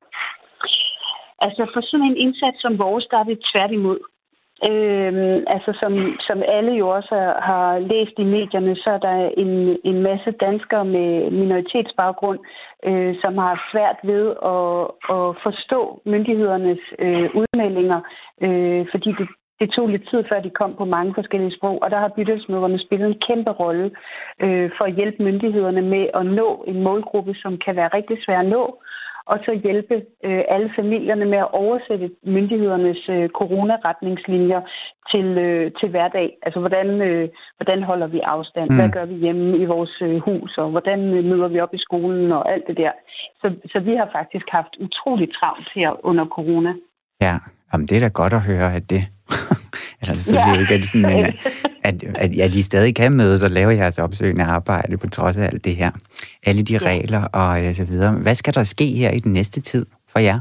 K: Altså for sådan en indsats som vores, der er det tværtimod. Øhm, altså som, som alle jo også har læst i medierne, så er der en, en masse danskere med minoritetsbaggrund, øh, som har svært ved at, at forstå myndighedernes øh, udmeldinger, øh, fordi det, det tog lidt tid, før de kom på mange forskellige sprog, og der har bydelsmødrene spillet en kæmpe rolle øh, for at hjælpe myndighederne med at nå en målgruppe, som kan være rigtig svær at nå, og så hjælpe øh, alle familierne med at oversætte myndighedernes øh, coronaretningslinjer til, øh, til hverdag. Altså, hvordan, øh, hvordan holder vi afstand? Mm. Hvad gør vi hjemme i vores øh, hus? Og hvordan øh, møder vi op i skolen? Og alt det der. Så, så vi har faktisk haft utroligt travlt her under corona.
A: Ja, jamen, det er da godt at høre, at det... Eller selvfølgelig ja. ikke, at, sådan, men at, at, at, at I stadig kan mødes og lave jeres opsøgende arbejde på trods af alt det her. Alle de ja. regler og så videre. Hvad skal der ske her i den næste tid for jer?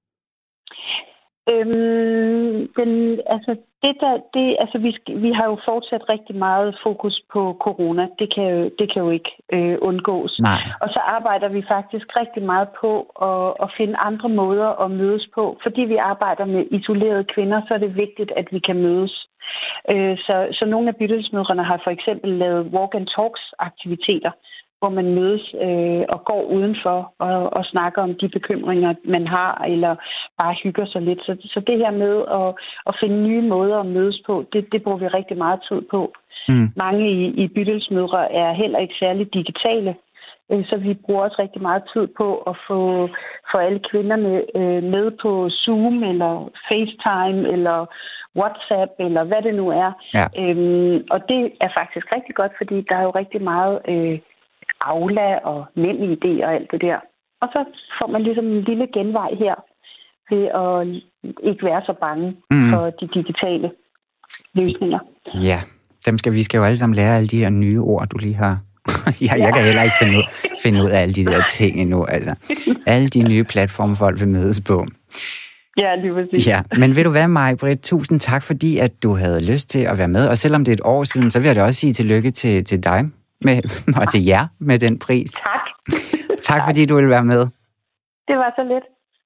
K: Øhm, den, altså, det der, det, altså vi, vi har jo fortsat rigtig meget fokus på corona. Det kan jo, det kan jo ikke øh, undgås.
A: Nej.
K: Og så arbejder vi faktisk rigtig meget på at, at finde andre måder at mødes på. Fordi vi arbejder med isolerede kvinder, så er det vigtigt, at vi kan mødes. Øh, så, så nogle af bydelsmødrene har for eksempel lavet walk and talks aktiviteter, hvor man mødes øh, og går udenfor og, og snakker om de bekymringer, man har, eller bare hygger sig lidt. Så, så det her med at, at finde nye måder at mødes på, det, det bruger vi rigtig meget tid på. Mm. Mange i, i bydelsmødre er heller ikke særlig digitale, øh, så vi bruger også rigtig meget tid på at få, få alle kvinderne øh, med på Zoom, eller FaceTime, eller WhatsApp, eller hvad det nu er.
A: Ja.
K: Øhm, og det er faktisk rigtig godt, fordi der er jo rigtig meget... Øh, Aula og nem idé og alt det der. Og så får man ligesom en lille genvej her ved at ikke være så bange mm. for de digitale løsninger.
A: Ja, dem skal, vi skal jo alle sammen lære alle de her nye ord, du lige har. ja, jeg kan heller ikke finde ud, finde ud af alle de der ting endnu. Altså, alle de nye platforme, folk vil mødes på.
K: Ja, lige præcis.
A: Ja, men ved du hvad, Maj-Britt, tusind tak, fordi at du havde lyst til at være med. Og selvom det er et år siden, så vil jeg da også sige tillykke til, til dig. Med, og til jer med den pris.
K: Tak.
A: tak, fordi du ville være med.
K: Det var så lidt.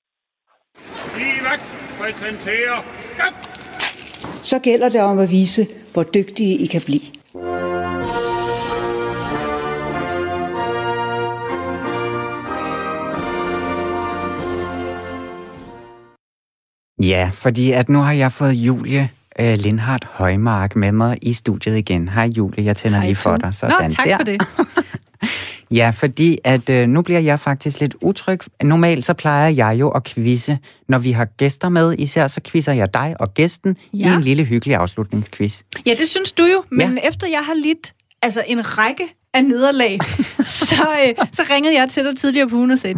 L: Præsenterer. Så gælder det om at vise, hvor dygtige I kan blive.
A: Ja, fordi at nu har jeg fået Julie Uh, Lindhardt Højmark med mig i studiet igen. Hej Julie, jeg tænder Hej, lige for dig.
C: Sådan Nå, tak der. For det.
A: Ja, fordi at uh, nu bliver jeg faktisk lidt utryg. Normalt så plejer jeg jo at quizze, når vi har gæster med. Især så quizzer jeg dig og gæsten ja. i en lille hyggelig afslutningsquiz.
C: Ja, det synes du jo. Men ja. efter jeg har lidt altså en række af nederlag, så, uh, så ringede jeg til dig tidligere på ugen og sagde, Tue,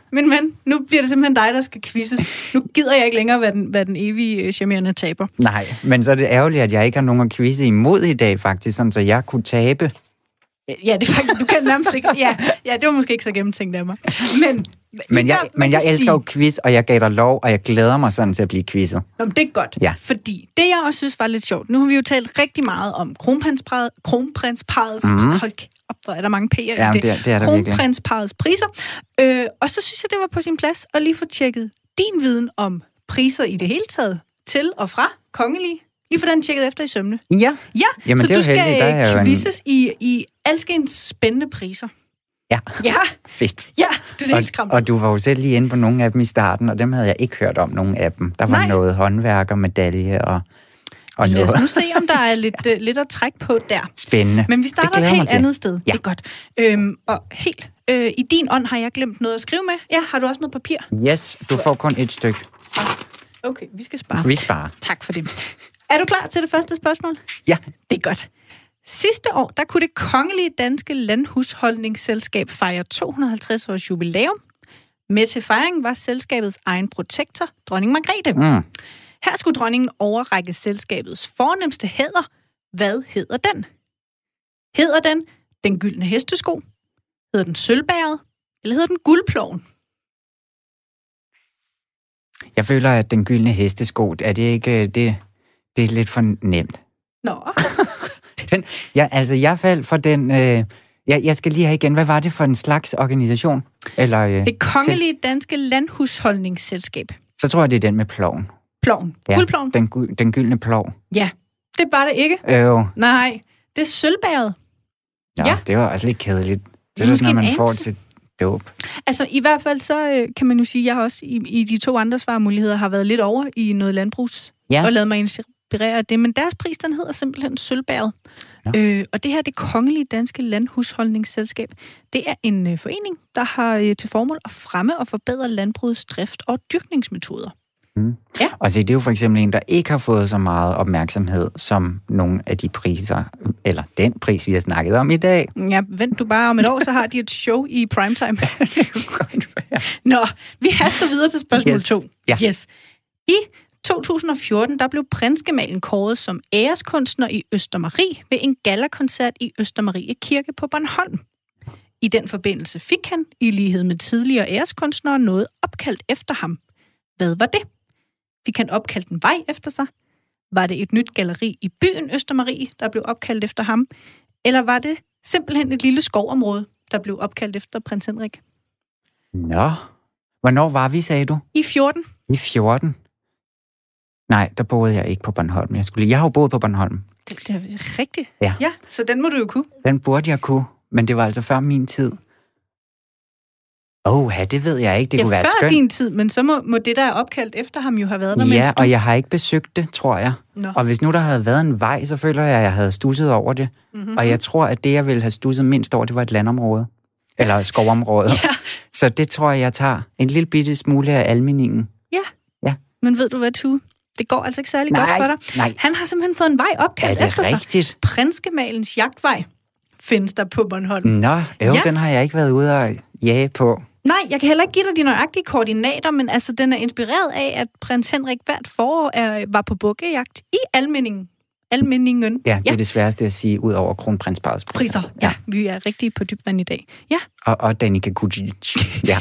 C: min ven, nu bliver det simpelthen dig, der skal quizzes. Nu gider jeg ikke længere være den, være den evige charmerende taber.
A: Nej, men så er det ærgerligt, at jeg ikke har nogen at quizze imod i dag, faktisk, sådan, så jeg kunne tabe.
C: Ja, det er faktisk, du kan nærmest ikke. Ja, ja, det var måske ikke så gennemtænkt af mig. Men,
A: men jeg, men jeg elsker jo quiz, og jeg gav dig lov, og jeg glæder mig sådan til at blive quizzet.
C: Nå, det er godt, ja. Fordi det, jeg også synes var lidt sjovt, nu har vi jo talt rigtig meget om kronprinsparret, kronprinsparrets, mm-hmm. hold op, hvor er der mange P'er
A: ja,
C: i det,
A: det, er, det er
C: kronprinsparrets priser. Øh, og så synes jeg, det var på sin plads at lige få tjekket din viden om priser i det hele taget, til og fra kongelige. Lige for den tjekket efter i sømne.
A: Ja.
C: Ja,
A: jamen,
C: så
A: det er
C: du skal
A: heldig,
C: quizzes en... i, i alskens spændende priser.
A: Ja.
C: Ja.
A: Fedt.
C: Ja, du er helt skræmt.
A: Og du var jo selv lige inde på nogle af dem i starten, og dem havde jeg ikke hørt om, nogle af dem. Der var
C: Nej.
A: noget håndværk og medalje og, og
C: Lad os
A: noget.
C: nu se, om der er lidt, uh, lidt at trække på der.
A: Spændende.
C: Men vi starter et helt andet sted.
A: Ja.
C: Det er godt. Øhm, og helt øh, i din ånd har jeg glemt noget at skrive med. Ja, har du også noget papir?
A: Yes, du får kun et stykke.
C: Okay, vi skal spare.
A: Vi sparer.
C: Tak for det. Er du klar til det første spørgsmål?
A: Ja.
C: Det er godt. Sidste år, der kunne det kongelige danske landhusholdningsselskab fejre to hundrede og halvtreds års jubilæum. Med til fejringen var selskabets egen protektor, dronning Margrethe.
A: Mm.
C: Her skulle dronningen overrække selskabets fornemste hæder. Hvad hedder den? Hedder den den gyldne hestesko? Hedder den sølvbæret? Eller hedder den guldploven?
A: Jeg føler, at den gyldne hestesko, er det ikke... Det, det er lidt for nemt.
C: Nå.
A: den, ja, altså, jeg faldt for den... Øh, jeg, jeg skal lige have igen, hvad var det for en slags organisation? Eller, øh,
C: det kongelige danske landhusholdningsselskab.
A: Så tror jeg, det er den med ploven.
C: Ploven.
A: Ja,
C: Guldploven.
A: Den, den gyldne plov.
C: Ja, det var det ikke.
A: Øh.
C: Nej, det er sølvbæret.
A: Ja, ja, det var også lidt kedeligt. Det er
C: det
A: sådan noget, man får til dåb.
C: Altså, i hvert fald så øh, kan man jo sige, at jeg også i, i de to andre svarmuligheder har været lidt over i noget landbrugs. Ja. Og lavet mig inspirere af det. Men deres pris, den hedder simpelthen sølvbæret. Ja. Øh, og det her, det kongelige danske landhusholdningsselskab, det er en øh, forening, der har øh, til formål at fremme og forbedre landbrugets drift og dyrkningsmetoder.
A: Mm. Ja. Og se, det er jo for eksempel en, der ikke har fået så meget opmærksomhed som nogle af de priser, eller den pris, vi har snakket om i dag.
C: Ja, vent du bare om et år, så har de et show i primetime. Nå, vi haster videre til spørgsmål
A: yes.
C: to.
A: Ja.
C: Yes. I to tusind og fjorten, der blev prinsgemalen kåret som æreskunstner i Østermarie ved en gallakoncert i Østermarie Kirke på Bornholm. I den forbindelse fik han, i lighed med tidligere æreskunstnere, noget opkaldt efter ham. Hvad var det? Fik han opkaldt en vej efter sig? Var det et nyt galleri i byen Østermarie, der blev opkaldt efter ham? Eller var det simpelthen et lille skovområde, der blev opkaldt efter prins Henrik?
A: Nå. Hvornår var vi, sagde du?
C: I fjorten.
A: I fjorten? Nej, der boede jeg ikke på Bornholm. Jeg, skulle... jeg har jo boet på Bornholm.
C: Det, det er rigtigt.
A: Ja.
C: Ja, så den må du jo kunne.
A: Den burde jeg kunne, men det var altså før min tid. Åh, ja, det ved jeg ikke. Det
C: ja,
A: kunne være
C: skønt.
A: skønt.
C: Før din tid, men så må, må det, der er opkaldt efter ham, jo have været der,
A: ja,
C: mens du...
A: og jeg har ikke besøgt det, tror jeg. Nå. Og hvis nu der havde været en vej, så føler jeg, at jeg havde stusset over det. Mm-hmm. Og jeg tror, at det, jeg ville have stusset mindst over, det var et landområde. Eller skovområde. Ja. Så det tror jeg, jeg tager en lille bitte smule af almeningen.
C: Ja.
A: Ja.
C: Men ved du hvad, Tue? Det går altså ikke særlig
A: nej,
C: godt for dig.
A: Nej.
C: Han har simpelthen fået en vej opkaldt efter sig.
A: Er det rigtigt?
C: Prinsgemalens jagtvej findes der på Bornholm.
A: Nå, jo, ja. Den har jeg ikke været ude og jage på.
C: Nej, jeg kan heller ikke give dig de nøjagtige koordinater, men altså, den er inspireret af, at prins Henrik hvert forår er, var på bukkejagt i Almindingen. Almindingen.
A: Ja, det er ja. det sværeste at sige, ud over kronprinsparrets priser.
C: priser. Ja, ja, vi er rigtig på dybvand i dag. Ja.
A: Og, og Danica Kucic. Ja.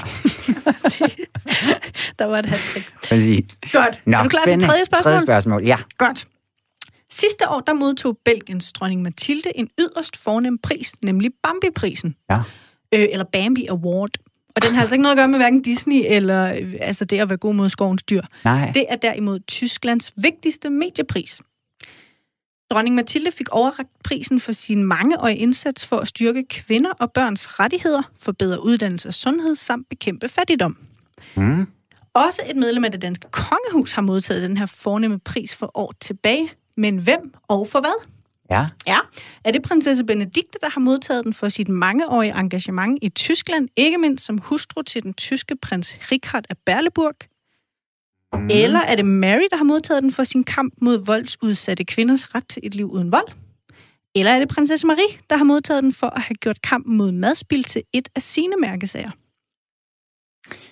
C: Der var et hat-trick.
A: Præcis.
C: Godt.
A: Nå,
C: er du klar
A: spændende.
C: til tredje spørgsmål?
A: Tredje spørgsmål, ja.
C: Godt. Sidste år, der modtog Belgiens dronning Mathilde en yderst fornem pris, nemlig Bambi-prisen.
A: Ja.
C: Øh, eller Bambi Award. Og den har altså ikke noget at gøre med hverken Disney eller øh, altså det at være god mod skovens dyr.
A: Nej.
C: Det er derimod Tysklands vigtigste mediepris. Dronning Mathilde fik overrakt prisen for sin mangeårige indsats for at styrke kvinder og børns rettigheder, forbedre uddannelse og sundhed samt bekæmpe fattigdom.
A: Mm.
C: Også et medlem af det danske kongehus har modtaget den her fornemme pris for år tilbage. Men hvem og for hvad?
A: Ja.
C: Ja, er det prinsesse Benedikte, der har modtaget den for sit mangeårige engagement i Tyskland, ikke mindst som hustru til den tyske prins Richard af Berleburg? Mm. Eller er det Mary, der har modtaget den for sin kamp mod voldsudsatte kvinders ret til et liv uden vold? Eller er det prinsesse Marie, der har modtaget den for at have gjort kampen mod madspild til et af sine mærkesager?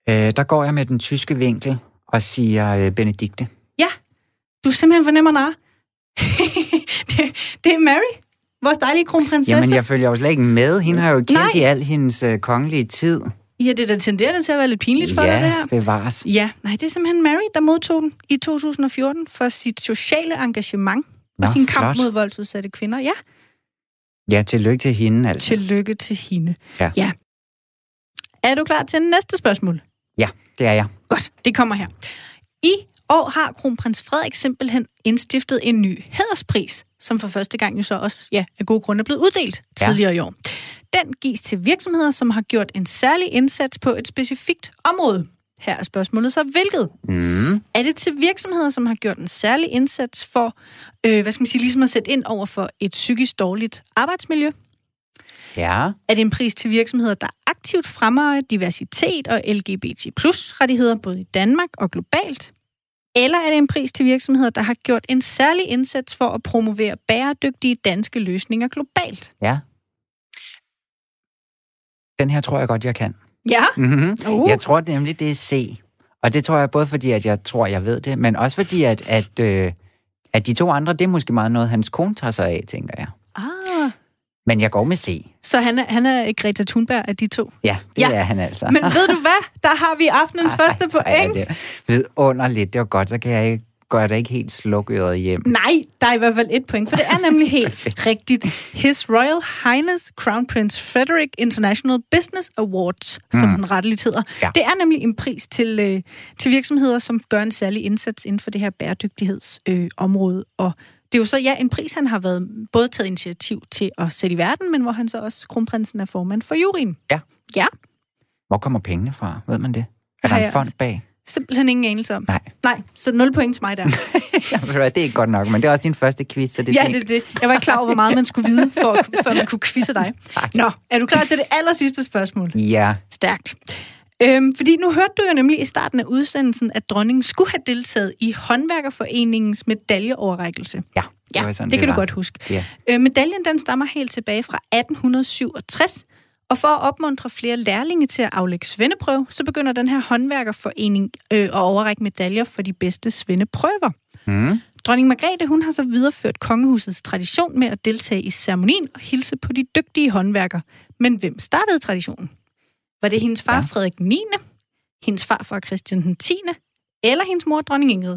A: Øh, der går jeg med den tyske vinkel og siger øh, Benedikte.
C: Ja, du simpelthen fornemmer nar. det, det er Mary, vores dejlige kronprinsesse.
A: Jamen, jeg følger jo slet ikke med. Hende har jo kendt Nej. i al hendes øh, kongelige tid.
C: Ja, det der tenderer til at være lidt pinligt for
A: ja,
C: dig, det her.
A: Ja, bevares.
C: Ja, nej, det er simpelthen Mary, der modtog den i to tusind og fjorten for sit sociale engagement
A: Nå,
C: og sin
A: flot.
C: kamp mod voldsudsatte kvinder. Ja.
A: Ja, tillykke til hende, altså.
C: Tillykke til hende.
A: Ja.
C: ja. Er du klar til næste spørgsmål?
A: Ja, det er jeg.
C: Godt, det kommer her. I år har kronprins Frederik simpelthen indstiftet en ny hæderspris, som for første gang jo så også ja, af gode grunde er blevet uddelt ja. tidligere i år. Den gives til virksomheder, som har gjort en særlig indsats på et specifikt område. Her er spørgsmålet så, hvilket?
A: Mm.
C: Er det til virksomheder, som har gjort en særlig indsats for, øh, hvad skal man sige, ligesom at sætte ind over for et psykisk dårligt arbejdsmiljø?
A: Ja.
C: Er det en pris til virksomheder, der aktivt fremmer diversitet og L G B T plus rettigheder både i Danmark og globalt? Eller er det en pris til virksomheder, der har gjort en særlig indsats for at promovere bæredygtige danske løsninger globalt?
A: Ja. Den her tror jeg godt, jeg kan.
C: Ja?
A: Mm-hmm.
C: Uh.
A: Jeg tror nemlig, det er C. Og det tror jeg både fordi, at jeg tror, jeg ved det, men også fordi, at, at, øh, at de to andre, det er måske meget noget, hans kone tager sig af, tænker jeg.
C: Ah.
A: Men jeg går med C.
C: Så han er, han er Greta Thunberg af de to?
A: Ja, det ja. er han altså.
C: Men ved du hvad? Der har vi aftenens ej, første point.
A: Ej, det vidunderligt. Det var godt, så kan jeg ikke går da ikke helt slukket hjem.
C: Nej, der er i hvert fald et point, for det er nemlig helt rigtigt. His Royal Highness Crown Prince Frederick International Business Awards, mm. som den retteligt hedder. Ja. Det er nemlig en pris til, øh, til virksomheder, som gør en særlig indsats inden for det her bæredygtighedsområde. Øh, og det er jo så ja, en pris, han har været både taget initiativ til at sætte i verden, men hvor han så også, kronprinsen, er formand for juryen.
A: Ja.
C: Ja.
A: Hvor kommer pengene fra? Ved man det? Er der en fond bag?
C: Simpelthen ingen anelse om.
A: Nej.
C: Nej, så nul point til mig der.
A: Det er ikke godt nok, men det er også din første quiz, så det er
C: ja,
A: fint.
C: det er det. Jeg var ikke klar over, hvor meget man skulle vide, for, for man kunne quizze dig. Nå, er du klar til det aller sidste spørgsmål?
A: Ja.
C: Stærkt. Øhm, fordi nu hørte du jo nemlig i starten af udsendelsen, at dronningen skulle have deltaget i Håndværkerforeningens medaljeoverrækkelse.
A: Ja, det,
C: ja,
A: var sådan,
C: det kan
A: det
C: du godt huske.
A: Ja.
C: Øh, medaljen den stammer helt tilbage fra atten syvogtres, og for at opmuntre flere lærlinge til at aflægge svendeprøve, så begynder den her håndværkerforening øh, at overrække medaljer for de bedste svendeprøver.
A: Mm.
C: Dronning Margrethe, hun har så videreført kongehusets tradition med at deltage i ceremonien og hilse på de dygtige håndværkere. Men hvem startede traditionen? Var det hendes far ja. Frederik den niende, hendes farfar Christian den tiende, eller hendes mor dronning Ingrid?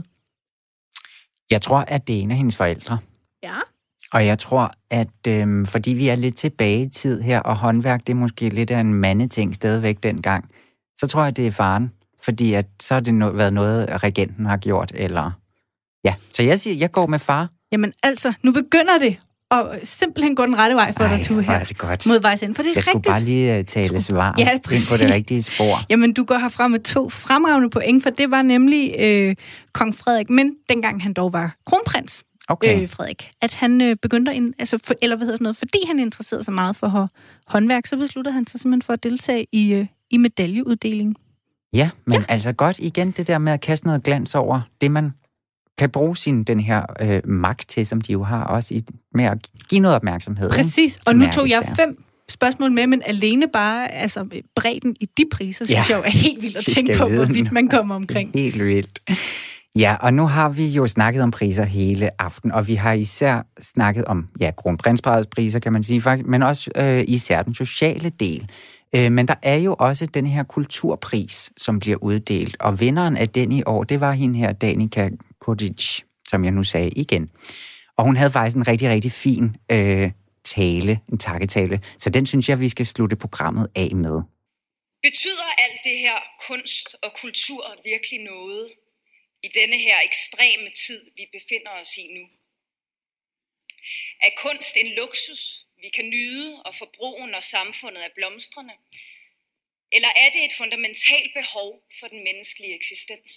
A: Jeg tror, at det er en af hendes forældre.
C: Ja.
A: Og jeg tror, at øhm, fordi vi er lidt tilbage i tid her, og håndværk, det er måske lidt af en mandeting stadigvæk dengang, så tror jeg, det er faren. Fordi at, så har det no- været noget, regenten har gjort, eller... Ja, så jeg siger, jeg går med far.
C: Jamen altså, nu begynder det og simpelthen gå den rette vej for Ej, dig, Tue, her.
A: Det godt.
C: Mod vejs ind, for det er
A: jeg
C: rigtigt.
A: skulle bare lige uh, tale svar
C: ja,
A: ind på det rigtige spor.
C: Jamen, du går herfra med to fremragende point, for det var nemlig øh, kong Frederik, men dengang han dog var kronprins,
A: okay.
C: øh, Frederik, at han øh, begyndte at, altså, for, eller hvad hedder sådan noget, fordi han interesserede sig meget for håndværk, så besluttede han sig simpelthen for at deltage i, øh, i medaljeuddelingen.
A: Ja, men
C: ja.
A: altså godt igen det der med at kaste noget glans over det, man kan bruge sin den her øh, magt til, som de jo har også i, med at give noget opmærksomhed.
C: Præcis, og nu tog jeg fem spørgsmål med, men alene bare altså bredden i de priser, ja. synes jeg jo er helt vildt at tænke på, hvorvidt man kommer omkring.
A: Helt vildt. Ja, og nu har vi jo snakket om priser hele aften, og vi har især snakket om, ja, kronprinsparrets priser, kan man sige faktisk, men også øh, især den sociale del. Øh, men der er jo også den her kulturpris, som bliver uddelt, og vinderen af den i år, det var hende her, Danica Codic, som jeg nu sagde igen. Og hun havde faktisk en rigtig, rigtig fin øh, tale, en takketale, så den synes jeg, vi skal slutte programmet af med.
M: Betyder alt det her kunst og kultur virkelig noget i denne her ekstreme tid, vi befinder os i nu? Er kunst en luksus, vi kan nyde og forbruge, når samfundet er blomstrende? Eller er det et fundamentalt behov for den menneskelige eksistens?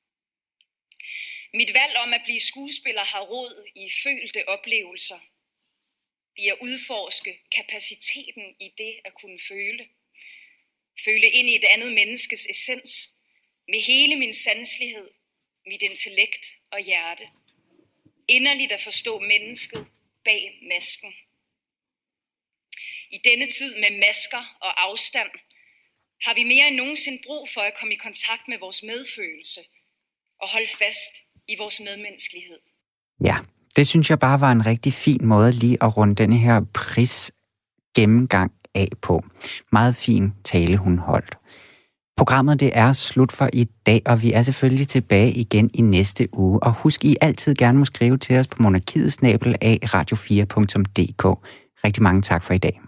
M: Mit valg om at blive skuespiller har rod i følte oplevelser, i at udforske kapaciteten i det at kunne føle. Føle ind i et andet menneskes essens, med hele min sanselighed, mit intellekt og hjerte. Inderligt at forstå mennesket bag masken. I denne tid med masker og afstand, har vi mere end nogensinde brug for at komme i kontakt med vores medfølelse og holde fast i vores medmenneskelighed.
A: Ja, det synes jeg bare var en rigtig fin måde lige at runde denne her prisgennemgang af på. Meget fin tale, hun holdt. Programmet det er slut for i dag, og vi er selvfølgelig tilbage igen i næste uge. Og husk, I altid gerne må skrive til os på monarkiet snabel-a radio fire punktum d k. Rigtig mange tak for i dag.